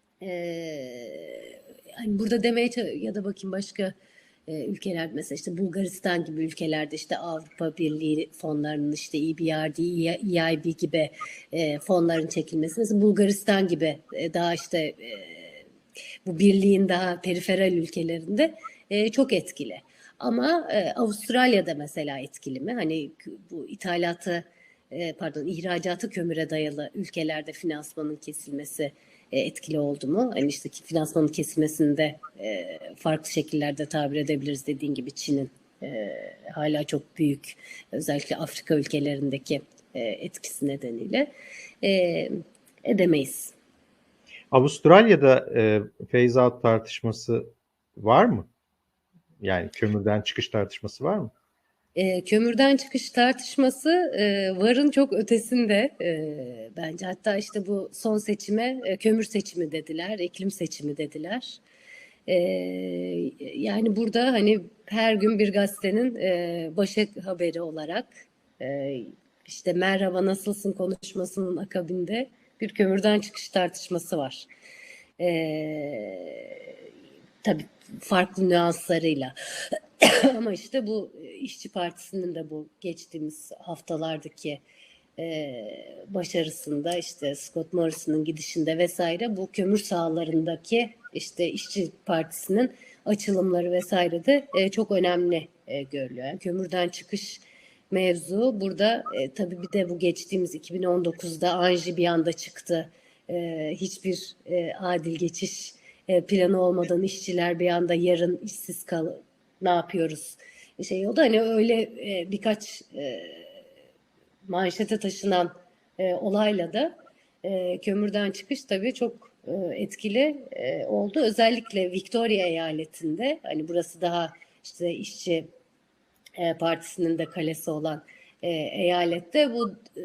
ee, hani burada demeye ya da bakayım başka e, ülkeler mesela işte Bulgaristan gibi ülkelerde işte Avrupa Birliği fonlarının işte E B R D, E I B gibi e, fonların çekilmesi mesela Bulgaristan gibi e, daha işte e, bu birliğin daha periferal ülkelerinde e, çok etkili. Ama e, Avustralya'da mesela etkili mi? Hani bu ithalatı e, pardon ihracatı kömüre dayalı ülkelerde finansmanın kesilmesi e, etkili oldu mu? Hani işte finansmanın kesilmesinde e, farklı şekillerde tabir edebiliriz dediğin gibi Çin'in e, hala çok büyük özellikle Afrika ülkelerindeki e, etkisi nedeniyle e, edemeyiz. Avustralya'da e, phase out tartışması var mı? Yani kömürden çıkış tartışması var mı? E, kömürden çıkış tartışması e, varın çok ötesinde e, bence. Hatta işte bu son seçime e, kömür seçimi dediler, iklim seçimi dediler. E, yani burada hani her gün bir gazetenin e, başlık haberi olarak e, işte merhaba nasılsın konuşmasının akabinde bir kömürden çıkış tartışması var. E, tabii farklı nüanslarıyla. Ama işte bu İşçi Partisi'nin de bu geçtiğimiz haftalardaki e, başarısında işte Scott Morrison'ın gidişinde vesaire bu kömür sahalarındaki işte İşçi Partisi'nin açılımları vesaire de e, çok önemli e, görülüyor. Yani kömürden çıkış mevzu burada e, tabii bir de bu geçtiğimiz iki bin on dokuzda Anji bir anda çıktı. E, hiçbir e, adil geçiş e, planı olmadan işçiler bir anda yarın işsiz kal ne yapıyoruz şey oldu. Hani öyle e, birkaç e, manşete taşınan e, olayla da e, kömürden çıkış tabii çok e, etkili e, oldu. Özellikle Victoria eyaletinde hani burası daha işte işçi e, partisinin de kalesi olan e, eyalette bu e,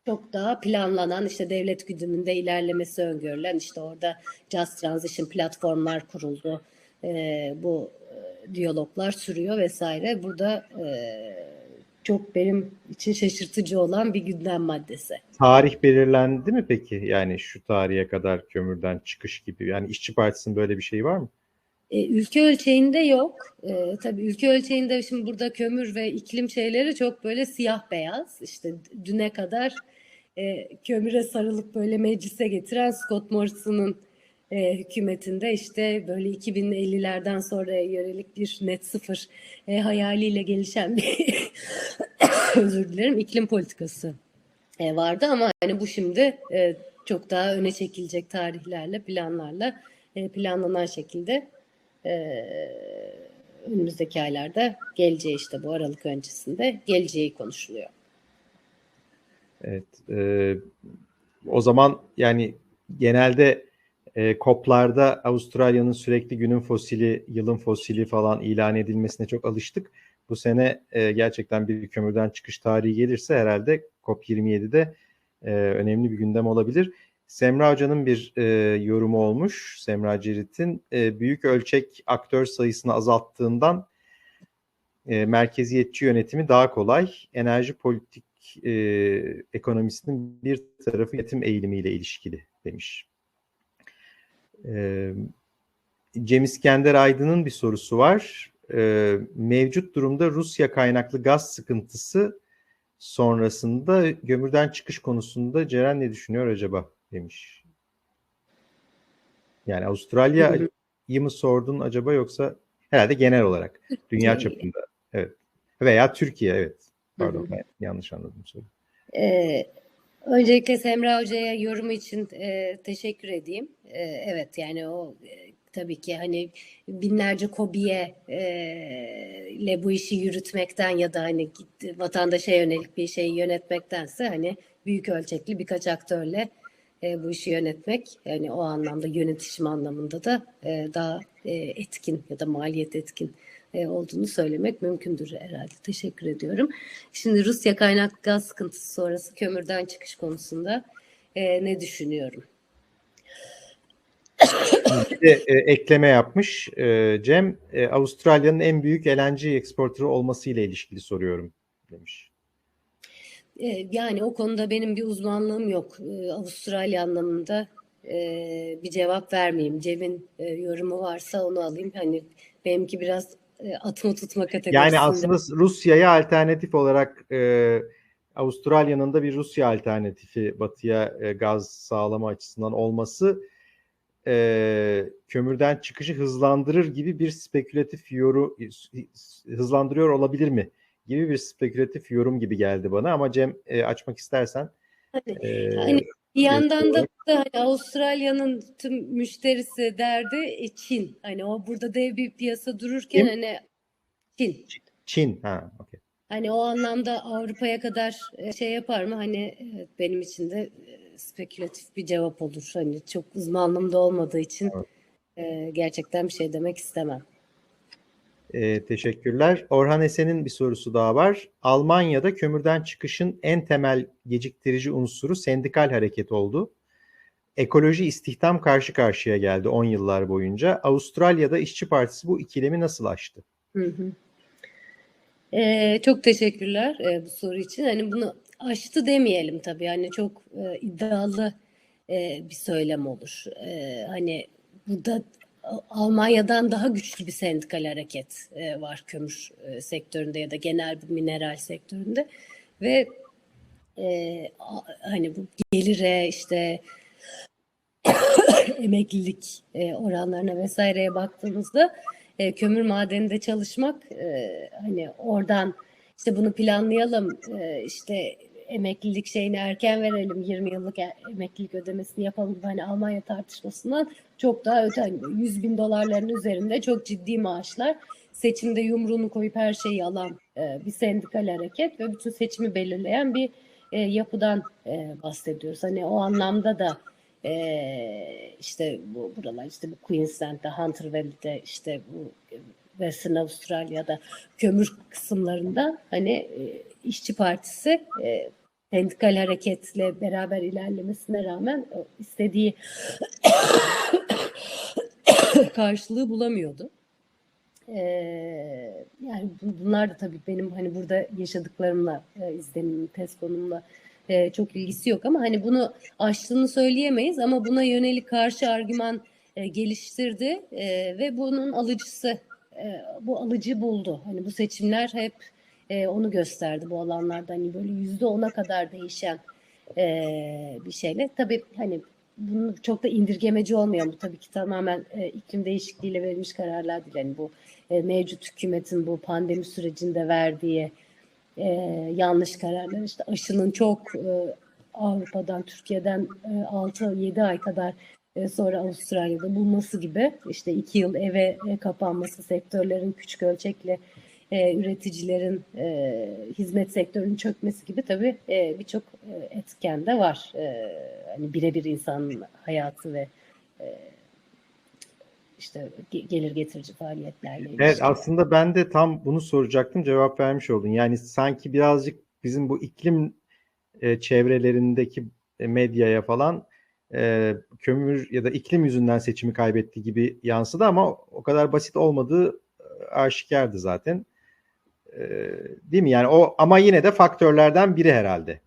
çok daha planlanan, işte devlet güdümünde ilerlemesi öngörülen, işte orada Just Transition platformlar kuruldu. E, bu e, diyaloglar sürüyor vesaire. Burada e, çok benim için şaşırtıcı olan bir gündem maddesi. Tarih belirlendi mi peki? Yani şu tarihe kadar kömürden çıkış gibi. Yani İşçi Partisi'nin böyle bir şeyi var mı? E, ülke ölçeğinde yok. E, tabii ülke ölçeğinde şimdi burada kömür ve iklim şeyleri çok böyle siyah beyaz. İşte düne kadar e, kömüre sarılıp böyle meclise getiren Scott Morrison'ın e, hükümetinde işte böyle iki bin ellilerden sonra yönelik bir net sıfır e, hayaliyle gelişen bir özür dilerim iklim politikası e, vardı ama hani bu şimdi e, çok daha öne çekilecek tarihlerle, planlarla e, planlanan şekilde e, önümüzdeki aylarda geleceği işte bu Aralık öncesinde geleceği konuşuluyor. Evet. E, o zaman yani genelde e, COP'larda Avustralya'nın sürekli günün fosili, yılın fosili falan ilan edilmesine çok alıştık. Bu sene e, gerçekten bir kömürden çıkış tarihi gelirse herhalde COP yirmi yedide e, önemli bir gündem olabilir. Semra Hoca'nın bir e, yorumu olmuş. Semra Cerit'in e, büyük ölçek aktör sayısını azalttığından e, merkeziyetçi yönetimi daha kolay. Enerji politik e, ekonomisinin bir tarafı yönetim eğilimiyle ilişkili demiş. E, Cem İskender Aydın'ın bir sorusu var. E, mevcut durumda Rusya kaynaklı gaz sıkıntısı sonrasında gömürden çıkış konusunda Ceren ne düşünüyor acaba demiş. Yani Avustralya'yı mı sordun acaba yoksa herhalde genel olarak dünya çapında. Evet. Veya Türkiye, evet. Pardon, ben yanlış anladım soruyu. Ee, öncelikle Semra Hoca'ya yorumu için e, teşekkür edeyim. E, evet yani o e, tabii ki hani binlerce KOBİ'ye e, ile bu işi yürütmekten ya da hani vatandaşa yönelik bir şeyi yönetmektense hani büyük ölçekli birkaç aktörle e, bu işi yönetmek yani o anlamda yönetişim anlamında da e, daha e, etkin ya da maliyet etkin e, olduğunu söylemek mümkündür herhalde. Teşekkür ediyorum. Şimdi Rusya kaynaklı gaz sıkıntısı sonrası kömürden çıkış konusunda e, ne düşünüyorum? Bir de e, ekleme yapmış e, Cem. E, Avustralya'nın en büyük L N G eksportörü olmasıyla ilişkili soruyorum demiş. E, yani o konuda benim bir uzmanlığım yok. E, Avustralya anlamında e, bir cevap vermeyeyim. Cem'in e, yorumu varsa onu alayım. Hani benimki biraz e, atma tutma Yani kategorisinde. aslında Rusya'ya alternatif olarak e, Avustralya'nın da bir Rusya alternatifi batıya e, gaz sağlama açısından olması e, kömürden çıkışı hızlandırır gibi bir spekülatif yorum hızlandırıyor olabilir mi? Gibi bir spekülatif yorum gibi geldi bana ama Cem e, açmak istersen. Hani, E, hani bir yandan da burada hani Avustralya'nın tüm müşterisi derdi e, Çin. Hani o burada dev bir piyasa dururken Kim? hani Çin. Çin. Ha, okay. Hani o anlamda Avrupa'ya kadar e, şey yapar mı? Hani evet, benim için de e, spekülatif bir cevap olur. Hani çok uzmanlığımda olmadığı için Evet. e, gerçekten bir şey demek istemem. E, teşekkürler. Orhan Esen'in bir sorusu daha var. Almanya'da kömürden çıkışın en temel geciktirici unsuru sendikal hareket oldu. Ekoloji istihdam karşı karşıya geldi on yıllar boyunca. Avustralya'da İşçi Partisi bu ikilemi nasıl aştı? Hı hı. E, çok teşekkürler e, bu soru için. Hani bunu aştı demeyelim tabii. Yani çok e, iddialı e, bir söylem olur. E, hani burada Almanya'dan daha güçlü bir sendikal hareket e, var kömür e, sektöründe ya da genel bir mineral sektöründe ve e, hani bu gelire işte emeklilik e, oranlarına vesaireye baktığımızda e, kömür madeninde çalışmak e, hani oradan işte bunu planlayalım e, işte emeklilik şeyini erken verelim yirmi yıllık emeklilik ödemesini yapalım hani Almanya tartışmasından çok daha öte hani yüz bin dolarların üzerinde çok ciddi maaşlar seçimde yumruğunu koyup her şeyi alan e, bir sendikal hareket ve bütün seçimi belirleyen bir e, yapıdan e, bahsediyoruz. Hani o anlamda da ee, işte bu buralar işte bu Queensland'da, Hunter Valley'de işte bu Western Avustralya'da kömür kısımlarında hani e, İşçi Partisi e, sendikal hareketle beraber ilerlemesine rağmen istediği karşılığı bulamıyordu. Ee, yani bunlar da tabii benim hani burada yaşadıklarımla, e, izlenimim, test konumla e, çok ilgisi yok ama hani bunu aştığını söyleyemeyiz ama buna yönelik karşı argüman e, geliştirdi e, ve bunun alıcısı, e, bu alıcı buldu. Hani bu seçimler hep e, onu gösterdi bu alanlarda, hani böyle yüzde ona kadar değişen e, bir şeyle. Tabii hani bunu çok da indirgemeci olmayan, bu tabii ki tamamen e, iklim değişikliğiyle verilmiş kararlar değil. Yani bu e, mevcut hükümetin bu pandemi sürecinde verdiği e, yanlış kararlar, işte aşının çok e, Avrupa'dan, Türkiye'den e, altı yedi ay kadar e, sonra Avustralya'da bulması gibi, işte iki yıl eve e, kapanması, sektörlerin küçük ölçekli e, üreticilerin e, hizmet sektörünün çökmesi gibi tabii e, birçok e, etken de var. E, hani birebir insanın hayatı ve e, işte gelir getirici faaliyetlerle Evet, ilişkili. aslında ben de tam bunu soracaktım, cevap vermiş oldun. Yani sanki birazcık bizim bu iklim e, çevrelerindeki e, medyaya falan e, kömür ya da iklim yüzünden seçimi kaybetti gibi yansıdı ama o kadar basit olmadığı e, aşikardı zaten. E, değil mi? Yani o ama yine de faktörlerden biri herhalde.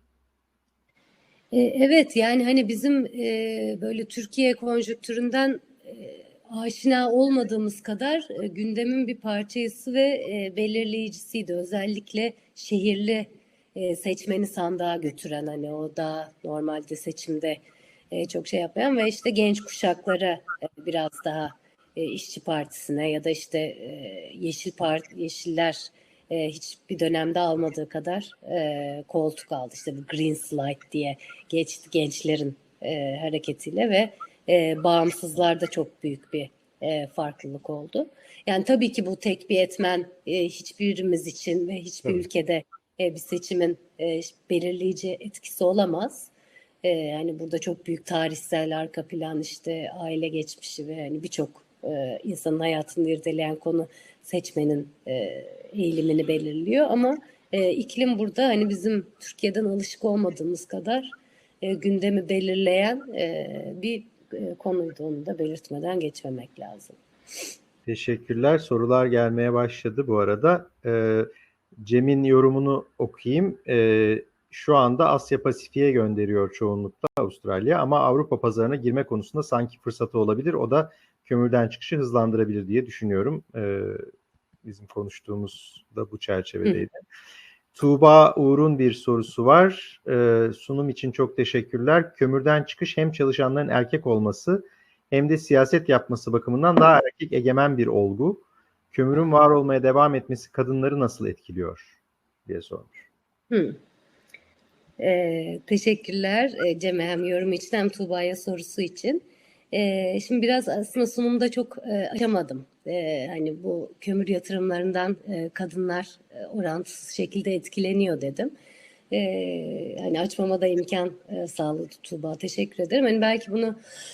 E, evet, yani hani bizim e, böyle Türkiye konjonktüründen e, aşina olmadığımız kadar e, gündemin bir parçası ve e, belirleyicisiydi. Özellikle şehirli e, seçmeni sandığa götüren, hani o da normalde seçimde e, çok şey yapmayan ve işte genç kuşaklara e, biraz daha e, İşçi Partisi'ne ya da işte e, Yeşil Parti, Yeşiller e, hiçbir dönemde almadığı kadar e, koltuk aldı. İşte bu Green Slide diye geçti gençlerin e, hareketiyle ve e, bağımsızlarda çok büyük bir e, farklılık oldu. Yani tabii ki bu tek bir etmen e, hiçbirimiz için ve hiçbir Tabii. ülkede e, bir seçimin e, belirleyici etkisi olamaz. E, yani burada çok büyük tarihsel arka plan, işte aile geçmişi ve hani birçok e, insanın hayatını irdeleyen konu seçmenin e, eğilimini belirliyor ama e, iklim burada hani bizim Türkiye'den alışık olmadığımız kadar e, gündemi belirleyen e, bir e, konuydu, onu da belirtmeden geçmemek lazım. Teşekkürler. Sorular gelmeye başladı bu arada. Ee, Cem'in yorumunu okuyayım. Ee, şu anda Asya Pasifik'e gönderiyor çoğunlukla Avustralya ama Avrupa pazarına girme konusunda sanki fırsatı olabilir. O da kömürden çıkışı hızlandırabilir diye düşünüyorum. Ee, bizim konuştuğumuz da bu çerçevedeydi. Tuğba Uğur'un bir sorusu var. Ee, sunum için çok teşekkürler. Kömürden çıkış hem çalışanların erkek olması hem de siyaset yapması bakımından daha erkek egemen bir olgu. Kömürün var olmaya devam etmesi kadınları nasıl etkiliyor diye sormuş. Hı. Ee, teşekkürler e, Cem'e, hem yorum için hem Tuğba'ya sorusu için. Ee, şimdi biraz aslında sunumda çok e, açamadım. Ee, hani bu kömür yatırımlarından e, kadınlar e, orantısız şekilde etkileniyor dedim. Ee, hani açmama da imkan e, sağladı Tuğba. Teşekkür ederim. Hani belki bunu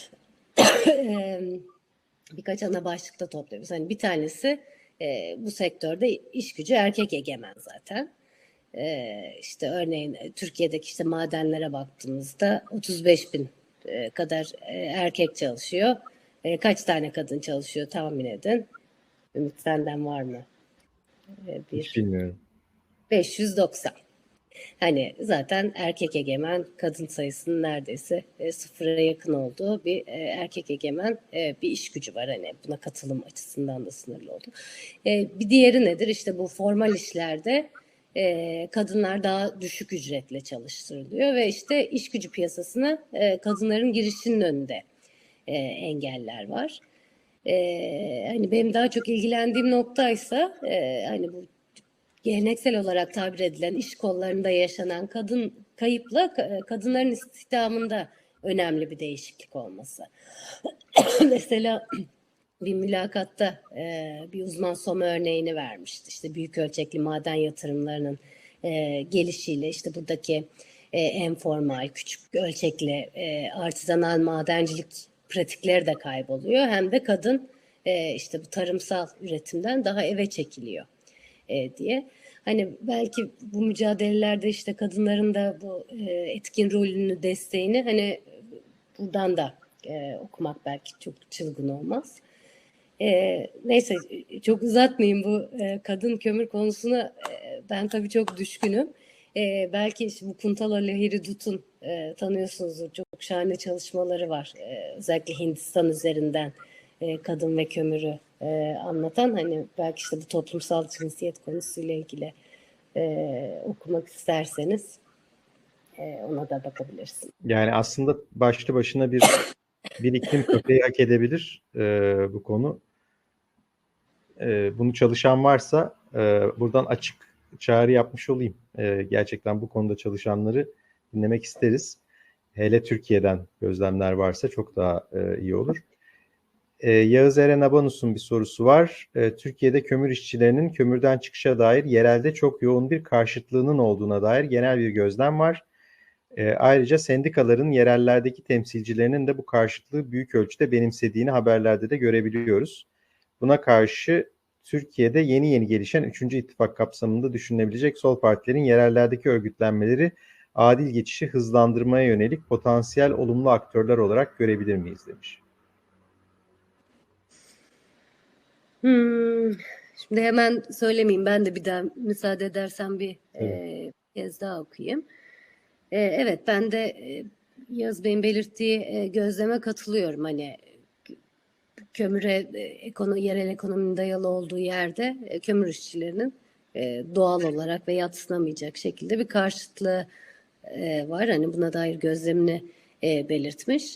e, birkaç ana başlıkta topluyoruz. Hani bir tanesi e, bu sektörde iş gücü erkek egemen zaten. Ee, işte örneğin Türkiye'deki işte madenlere baktığımızda otuz beş bin e, kadar e, erkek çalışıyor. E, kaç tane kadın çalışıyor tahmin edin. Ümit, senden var mı? E, Hiç bir bilmiyorum. beş yüz doksan. Hani zaten erkek egemen, kadın sayısının neredeyse e, sıfıra yakın olduğu bir e, erkek egemen e, bir iş gücü var. Hani buna katılım açısından da sınırlı oldu. E, bir diğeri nedir? İşte bu formal işlerde e, kadınlar daha düşük ücretle çalıştırılıyor ve işte iş gücü piyasasına e, kadınların girişinin önünde e, engeller var. E, hani benim daha çok ilgilendiğim noktaysa e, hani bu geleneksel olarak tabir edilen iş kollarında yaşanan kadın kayıpla kadınların istihdamında önemli bir değişiklik olması. Mesela bir mülakatta e, bir uzman Soma örneğini vermişti. İşte büyük ölçekli maden yatırımlarının e, gelişiyle işte buradaki e, enformal, küçük ölçekli e, artizanal madencilik pratikleri de kayboluyor. Hem de kadın e, işte bu tarımsal üretimden daha eve çekiliyor e, diye. Hani belki bu mücadelelerde işte kadınların da bu e, etkin rolünü, desteğini hani buradan da e, okumak belki çok çılgın olmaz. E, neyse çok uzatmayayım bu e, kadın kömür konusuna. E, ben tabii çok düşkünüm. E, belki işte bu Kuntala Lahiri Dut'un e, tanıyorsunuzdur. Çok şahane çalışmaları var. E, özellikle Hindistan üzerinden e, kadın ve kömürü e, anlatan. Hani belki işte bu toplumsal cinsiyet konusuyla ilgili e, okumak isterseniz e, ona da bakabilirsin. Yani aslında başlı başına bir bir iklim kafeyi hak edebilir e, bu konu. E, bunu çalışan varsa e, buradan açık çağrı yapmış olayım. E, gerçekten bu konuda çalışanları dinlemek isteriz. Hele Türkiye'den gözlemler varsa çok daha e, iyi olur. E, Yağız Eren Abanus'un bir sorusu var. E, Türkiye'de kömür işçilerinin kömürden çıkışa dair yerelde çok yoğun bir karşıtlığının olduğuna dair genel bir gözlem var. E, ayrıca sendikaların yerellerdeki temsilcilerinin de bu karşıtlığı büyük ölçüde benimsediğini haberlerde de görebiliyoruz. Buna karşı Türkiye'de yeni yeni gelişen üçüncü ittifak kapsamında düşünülebilecek sol partilerin yerellerdeki örgütlenmeleri adil geçişi hızlandırmaya yönelik potansiyel olumlu aktörler olarak görebilir miyiz demiş. Hmm, şimdi hemen söylemeyeyim. Ben de bir daha müsaade edersen bir Evet. e, kez daha okuyayım. E, evet ben de e, Yağız Bey'in belirttiği e, gözleme katılıyorum. Hani kömüre e, ekono, yerel ekonominin dayalı olduğu yerde e, kömür işçilerinin e, doğal olarak ve yadsınamayacak şekilde bir karşıtlığı e, var. Hani buna dair gözlemini e, belirtmiş.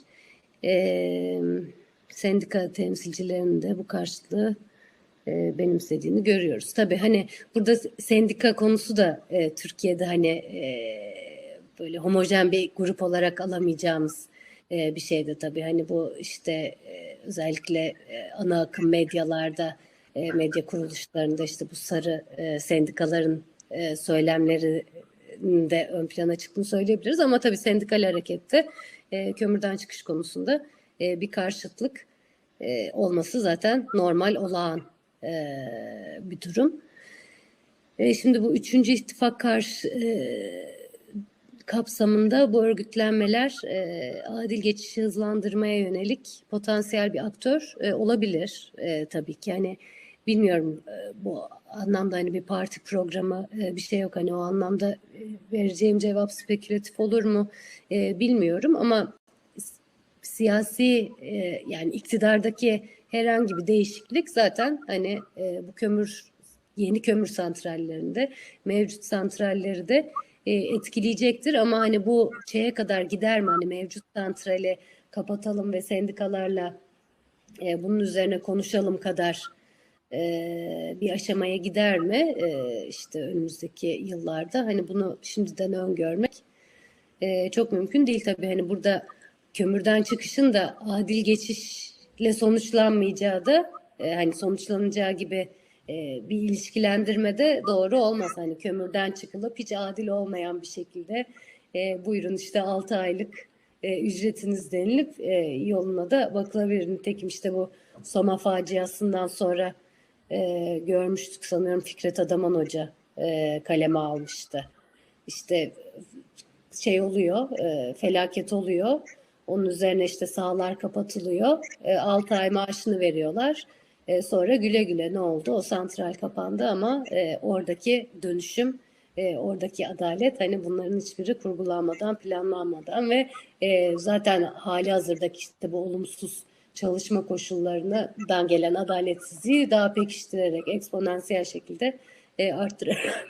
E, Sendika temsilcilerinin de bu karşıtlığı e, benimsediğini görüyoruz. Tabii hani burada sendika konusu da e, Türkiye'de hani e, böyle homojen bir grup olarak alamayacağımız e, bir şeydi tabii. Hani bu işte e, özellikle e, ana akım medyalarda, e, medya kuruluşlarında işte bu sarı e, sendikaların e, söylemleri de ön plana çıktığını söyleyebiliriz. Ama tabii sendikal harekette e, kömürden çıkış konusunda e, bir karşıtlık e, olması zaten normal, olağan e, bir durum. E, şimdi bu üçüncü ittifak karşı e, kapsamında bu örgütlenmeler e, adil geçişi hızlandırmaya yönelik potansiyel bir aktör e, olabilir e, tabii ki. Yani bilmiyorum e, bu anlamda hani bir parti programı e, bir şey yok. Hani o anlamda e, vereceğim cevap spekülatif olur mu e, bilmiyorum ama siyasi e, yani iktidardaki herhangi bir değişiklik zaten hani e, bu kömür yeni kömür santrallerinde mevcut santralleri de e, etkileyecektir ama hani bu şeye kadar gider mi hani mevcut santrali kapatalım ve sendikalarla e, bunun üzerine konuşalım kadar e, bir aşamaya gider mi e, işte önümüzdeki yıllarda hani bunu şimdiden öngörmek e, çok mümkün değil tabii hani burada kömürden çıkışın da adil geçişle sonuçlanmayacağı da e, hani sonuçlanacağı gibi e, bir ilişkilendirme de doğru olmaz. Hani kömürden çıkılıp hiç adil olmayan bir şekilde e, buyurun işte altı aylık e, ücretiniz denilip e, yoluna da bakılabilir. Nitekim işte bu Soma faciasından sonra e, görmüştük sanıyorum Fikret Adaman Hoca e, kaleme almıştı. İşte şey oluyor, e, felaket oluyor. Onun üzerine işte sahalar kapatılıyor. E, altı ay maaşını veriyorlar. E, sonra güle güle ne oldu? O santral kapandı ama e, oradaki dönüşüm, e, oradaki adalet hani bunların hiçbiri kurgulanmadan, planlanmadan ve e, zaten hali hazırdaki işte bu olumsuz çalışma koşullarından gelen adaletsizliği daha pekiştirerek, eksponansiyel şekilde e, arttırarak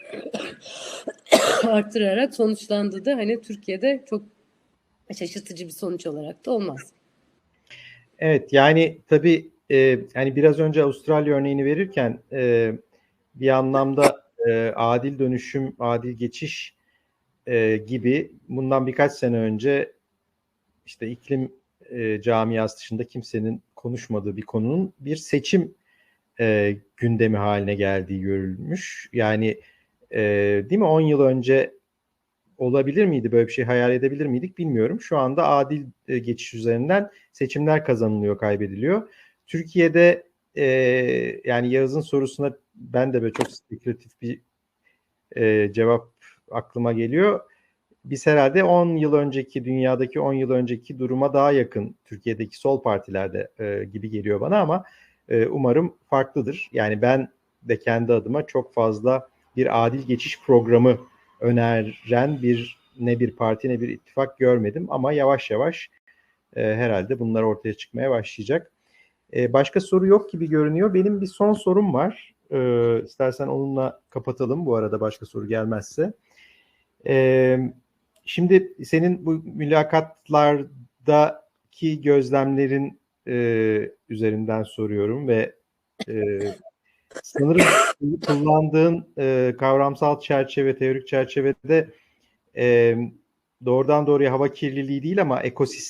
arttırarak sonuçlandı da hani Türkiye'de çok şaşırtıcı bir sonuç olarak da olmaz. Evet yani tabii e, yani biraz önce Avustralya örneğini verirken e, bir anlamda e, adil dönüşüm, adil geçiş e, gibi bundan birkaç sene önce işte iklim e, camiası dışında kimsenin konuşmadığı bir konunun bir seçim e, gündemi haline geldiği görülmüş. Yani e, değil mi on yıl önce olabilir miydi böyle bir şey hayal edebilir miydik bilmiyorum. Şu anda adil e, geçiş üzerinden seçimler kazanılıyor, kaybediliyor. Türkiye'de e, yani Yağız'ın sorusuna ben de böyle çok spekülatif bir e, cevap aklıma geliyor. Biz herhalde on yıl önceki, dünyadaki on yıl önceki duruma daha yakın Türkiye'deki sol partilerde e, gibi geliyor bana ama e, umarım farklıdır. Yani ben de kendi adıma çok fazla bir adil geçiş programı öneren bir ne bir parti ne bir ittifak görmedim ama yavaş yavaş e, herhalde bunlar ortaya çıkmaya başlayacak. E, başka soru yok gibi görünüyor. Benim bir son sorum var. E, istersen onunla kapatalım bu arada başka soru gelmezse. E, şimdi senin bu mülakatlardaki gözlemlerin e, üzerinden soruyorum ve e, sanırım kullandığın e, kavramsal çerçeve, teorik çerçevede e, doğrudan doğruya hava kirliliği değil ama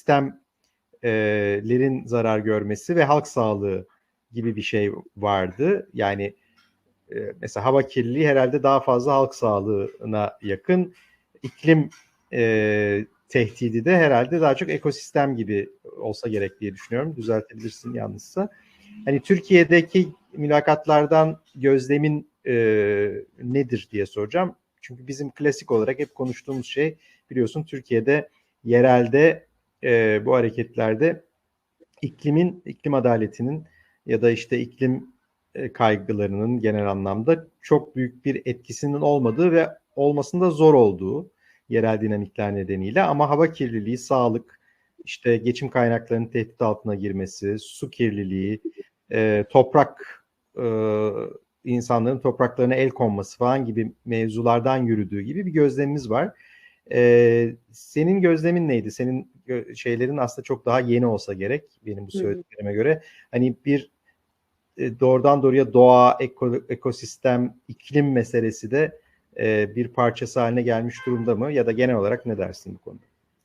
ekosistemlerin zarar görmesi ve halk sağlığı gibi bir şey vardı. Yani e, mesela hava kirliliği herhalde daha fazla halk sağlığına yakın. İklim e, tehdidi de herhalde daha çok ekosistem gibi olsa gerek diye düşünüyorum. Düzeltebilirsin yanlışsa. Hani Türkiye'deki mülakatlardan gözlemin e, nedir diye soracağım. Çünkü bizim klasik olarak hep konuştuğumuz şey biliyorsun Türkiye'de yerelde e, bu hareketlerde iklimin, iklim adaletinin ya da işte iklim e, kaygılarının genel anlamda çok büyük bir etkisinin olmadığı ve olmasında zor olduğu yerel dinamikler nedeniyle ama hava kirliliği, sağlık, işte geçim kaynaklarının tehdit altına girmesi, su kirliliği, e, toprak e, insanların topraklarına el konması falan gibi mevzulardan yürüdüğü gibi bir gözlemimiz var. E, senin gözlemin neydi? Senin gö- şeylerin aslında çok daha yeni olsa gerek benim bu Hı hı. söylediklerime göre. Hani bir e, doğrudan doğruya doğa, eko, ekosistem, iklim meselesi de e, bir parçası haline gelmiş durumda mı? Ya da genel olarak ne dersin bu konuda?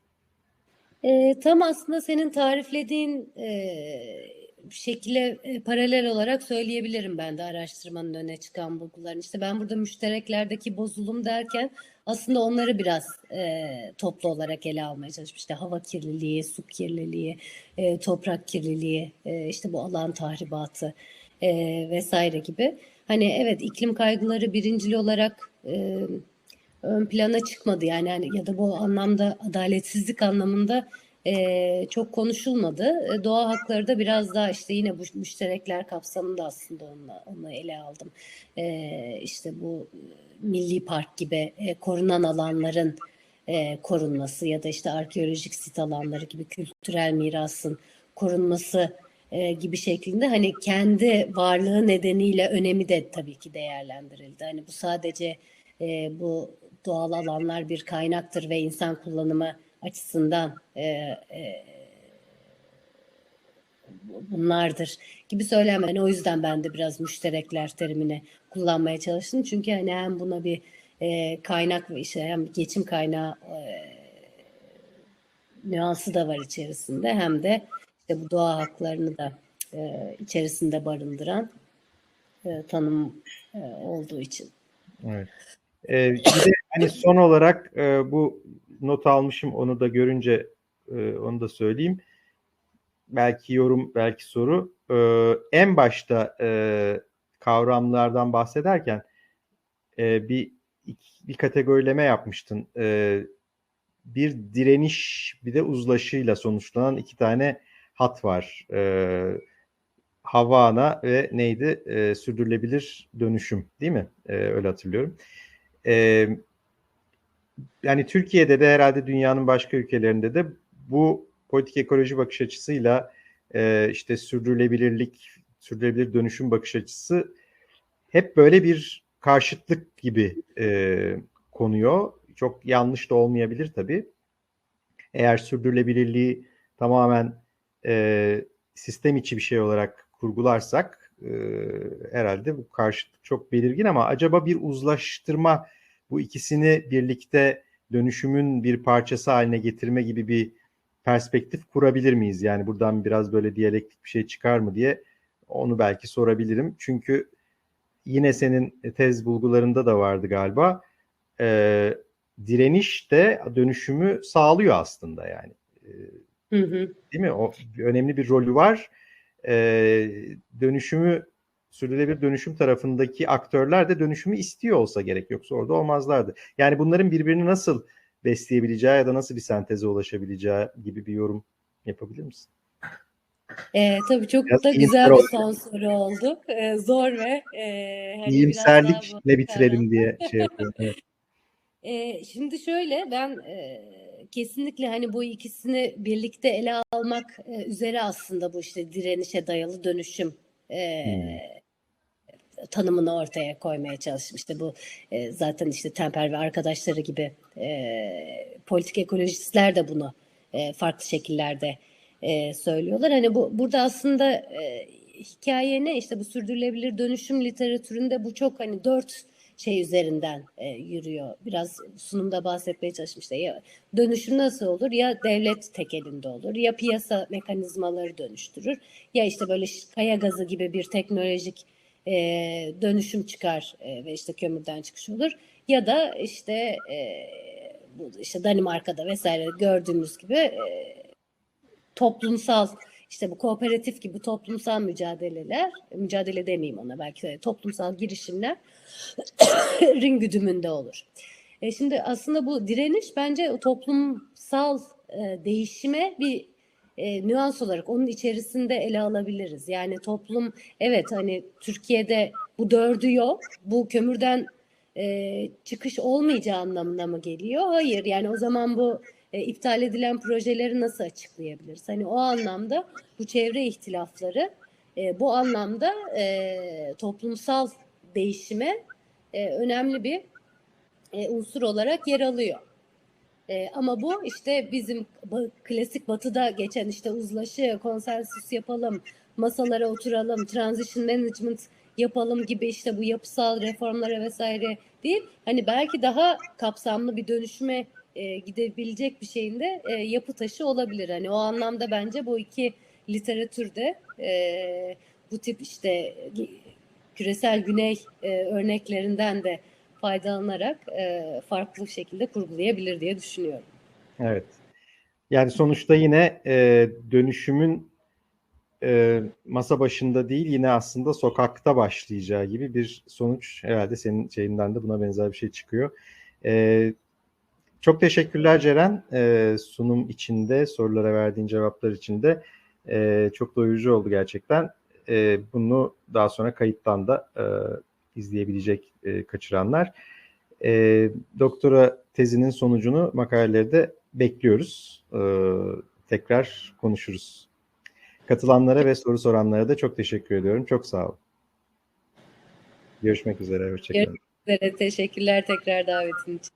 E, tam aslında senin tariflediğin e, şekilde e, paralel olarak söyleyebilirim ben de araştırmanın öne çıkan bulgularını. İşte ben burada müştereklerdeki bozulum derken aslında onları biraz e, toplu olarak ele almaya çalışmıştım. İşte hava kirliliği, su kirliliği, e, toprak kirliliği, e, işte bu alan tahribatı e, vesaire gibi. Hani evet iklim kaygıları birincil olarak e, ön plana çıkmadı yani, yani ya da bu anlamda adaletsizlik anlamında e, çok konuşulmadı. E, doğa hakları da biraz daha işte yine bu müşterekler kapsamında aslında onunla, onu ele aldım. E, işte bu milli park gibi e, korunan alanların e, korunması ya da işte arkeolojik sit alanları gibi kültürel mirasın korunması e, gibi şeklinde hani kendi varlığı nedeniyle önemi de tabii ki değerlendirildi. Hani bu sadece e, bu doğal alanlar bir kaynaktır ve insan kullanımı açısından e, e, bunlardır gibi söylemem. Yani o yüzden ben de biraz müşterekler terimini kullanmaya çalıştım. Çünkü hani hem buna bir e, kaynak ve işte hem geçim kaynağı e, nüansı da var içerisinde hem de işte bu doğa haklarını da e, içerisinde barındıran e, tanım e, olduğu için. Evet. Ee, bir de hani son olarak e, bu not almışım onu da görünce e, onu da söyleyeyim. Belki yorum, belki soru. Ee, en başta e, kavramlardan bahsederken e, bir bir kategorileme yapmıştın. E, bir direniş, bir de uzlaşıyla sonuçlanan iki tane hat var. E, Havana ve neydi? E, sürdürülebilir dönüşüm, değil mi? E, öyle hatırlıyorum. E, Yani Türkiye'de de herhalde dünyanın başka ülkelerinde de bu politik ekoloji bakış açısıyla e, işte sürdürülebilirlik, sürdürülebilir dönüşüm bakış açısı hep böyle bir karşıtlık gibi e, konuyor. Çok yanlış da olmayabilir tabii. Eğer sürdürülebilirliği tamamen e, sistem içi bir şey olarak kurgularsak e, herhalde bu karşıtlık çok belirgin ama acaba bir uzlaştırma bu ikisini birlikte dönüşümün bir parçası haline getirme gibi bir perspektif kurabilir miyiz? Yani buradan biraz böyle diyalektik bir şey çıkar mı diye onu belki sorabilirim. Çünkü yine senin tez bulgularında da vardı galiba. E, Direniş de dönüşümü sağlıyor aslında yani. E, Hı hı. Değil mi? O önemli bir rolü var. E, Dönüşümü sürdürülebilir dönüşüm tarafındaki aktörler de dönüşümü istiyor olsa gerek, yoksa orada olmazlardı. Yani bunların birbirini nasıl besleyebileceği ya da nasıl bir senteze ulaşabileceği gibi bir yorum yapabilir misin? E, tabii çok Biraz da iyimser güzel bir oldu. son soru oldu. E, zor ve e, hani biraz daha İyimserlikle bitirelim diye şey yapıyorum. Evet. E, şimdi şöyle ben e, kesinlikle hani bu ikisini birlikte ele almak e, üzere aslında bu işte direnişe dayalı dönüşüm e, Hmm. tanımını ortaya koymaya çalıştım. İşte bu e, zaten işte Temper ve arkadaşları gibi e, politik ekolojistler de bunu e, farklı şekillerde e, söylüyorlar. Hani bu burada aslında e, hikaye ne? İşte bu sürdürülebilir dönüşüm literatüründe bu çok hani dört şey üzerinden e, yürüyor. Biraz sunumda bahsetmeye çalıştım işte ya dönüşüm nasıl olur? Ya devlet tek elinde olur, ya piyasa mekanizmaları dönüştürür, ya işte böyle kaya gazı gibi bir teknolojik e, dönüşüm çıkar e, ve işte kömürden çıkış olur. Ya da işte e, bu işte Danimarka'da vesaire gördüğümüz gibi e, toplumsal işte bu kooperatif gibi toplumsal mücadeleler, mücadele demeyeyim ona belki de toplumsal girişimlerin güdümünde olur. E şimdi aslında bu direniş bence o toplumsal e, değişime bir e, nüans olarak onun içerisinde ele alabiliriz. Yani toplum evet hani Türkiye'de bu dördü yok. Bu kömürden e, çıkış olmayacağı anlamına mı geliyor? Hayır. Yani o zaman bu e, iptal edilen projeleri nasıl açıklayabiliriz? Hani o anlamda bu çevre ihtilafları e, bu anlamda e, toplumsal değişime e, önemli bir e, unsur olarak yer alıyor. E, ama bu işte bizim klasik batıda geçen işte uzlaşı, konsensüs yapalım, masalara oturalım, transition management yapalım gibi işte bu yapısal reformlara vesaire değil. Hani belki daha kapsamlı bir dönüşüme e, gidebilecek bir şeyin de e, yapı taşı olabilir. Hani o anlamda bence bu iki literatürde e, bu tip işte küresel güney e, örneklerinden de faydalanarak e, farklı şekilde kurgulayabilir diye düşünüyorum. Evet. Yani sonuçta yine e, dönüşümün e, masa başında değil, yine aslında sokakta başlayacağı gibi bir sonuç herhalde senin şeyinden de buna benzer bir şey çıkıyor. E, çok teşekkürler Ceren. E, sunum içinde, sorulara verdiğin cevaplar içinde e, çok doyurucu oldu gerçekten. E, bunu daha sonra kayıttan da e, izleyebilecek e, kaçıranlar. E, doktora tezinin sonucunu, makaleleri de bekliyoruz. E, tekrar konuşuruz. Katılanlara ve soru soranlara da çok teşekkür ediyorum. Çok sağ olun. Görüşmek üzere. Hoşçakalın. Görüşmek üzere. Teşekkürler tekrar davetin için.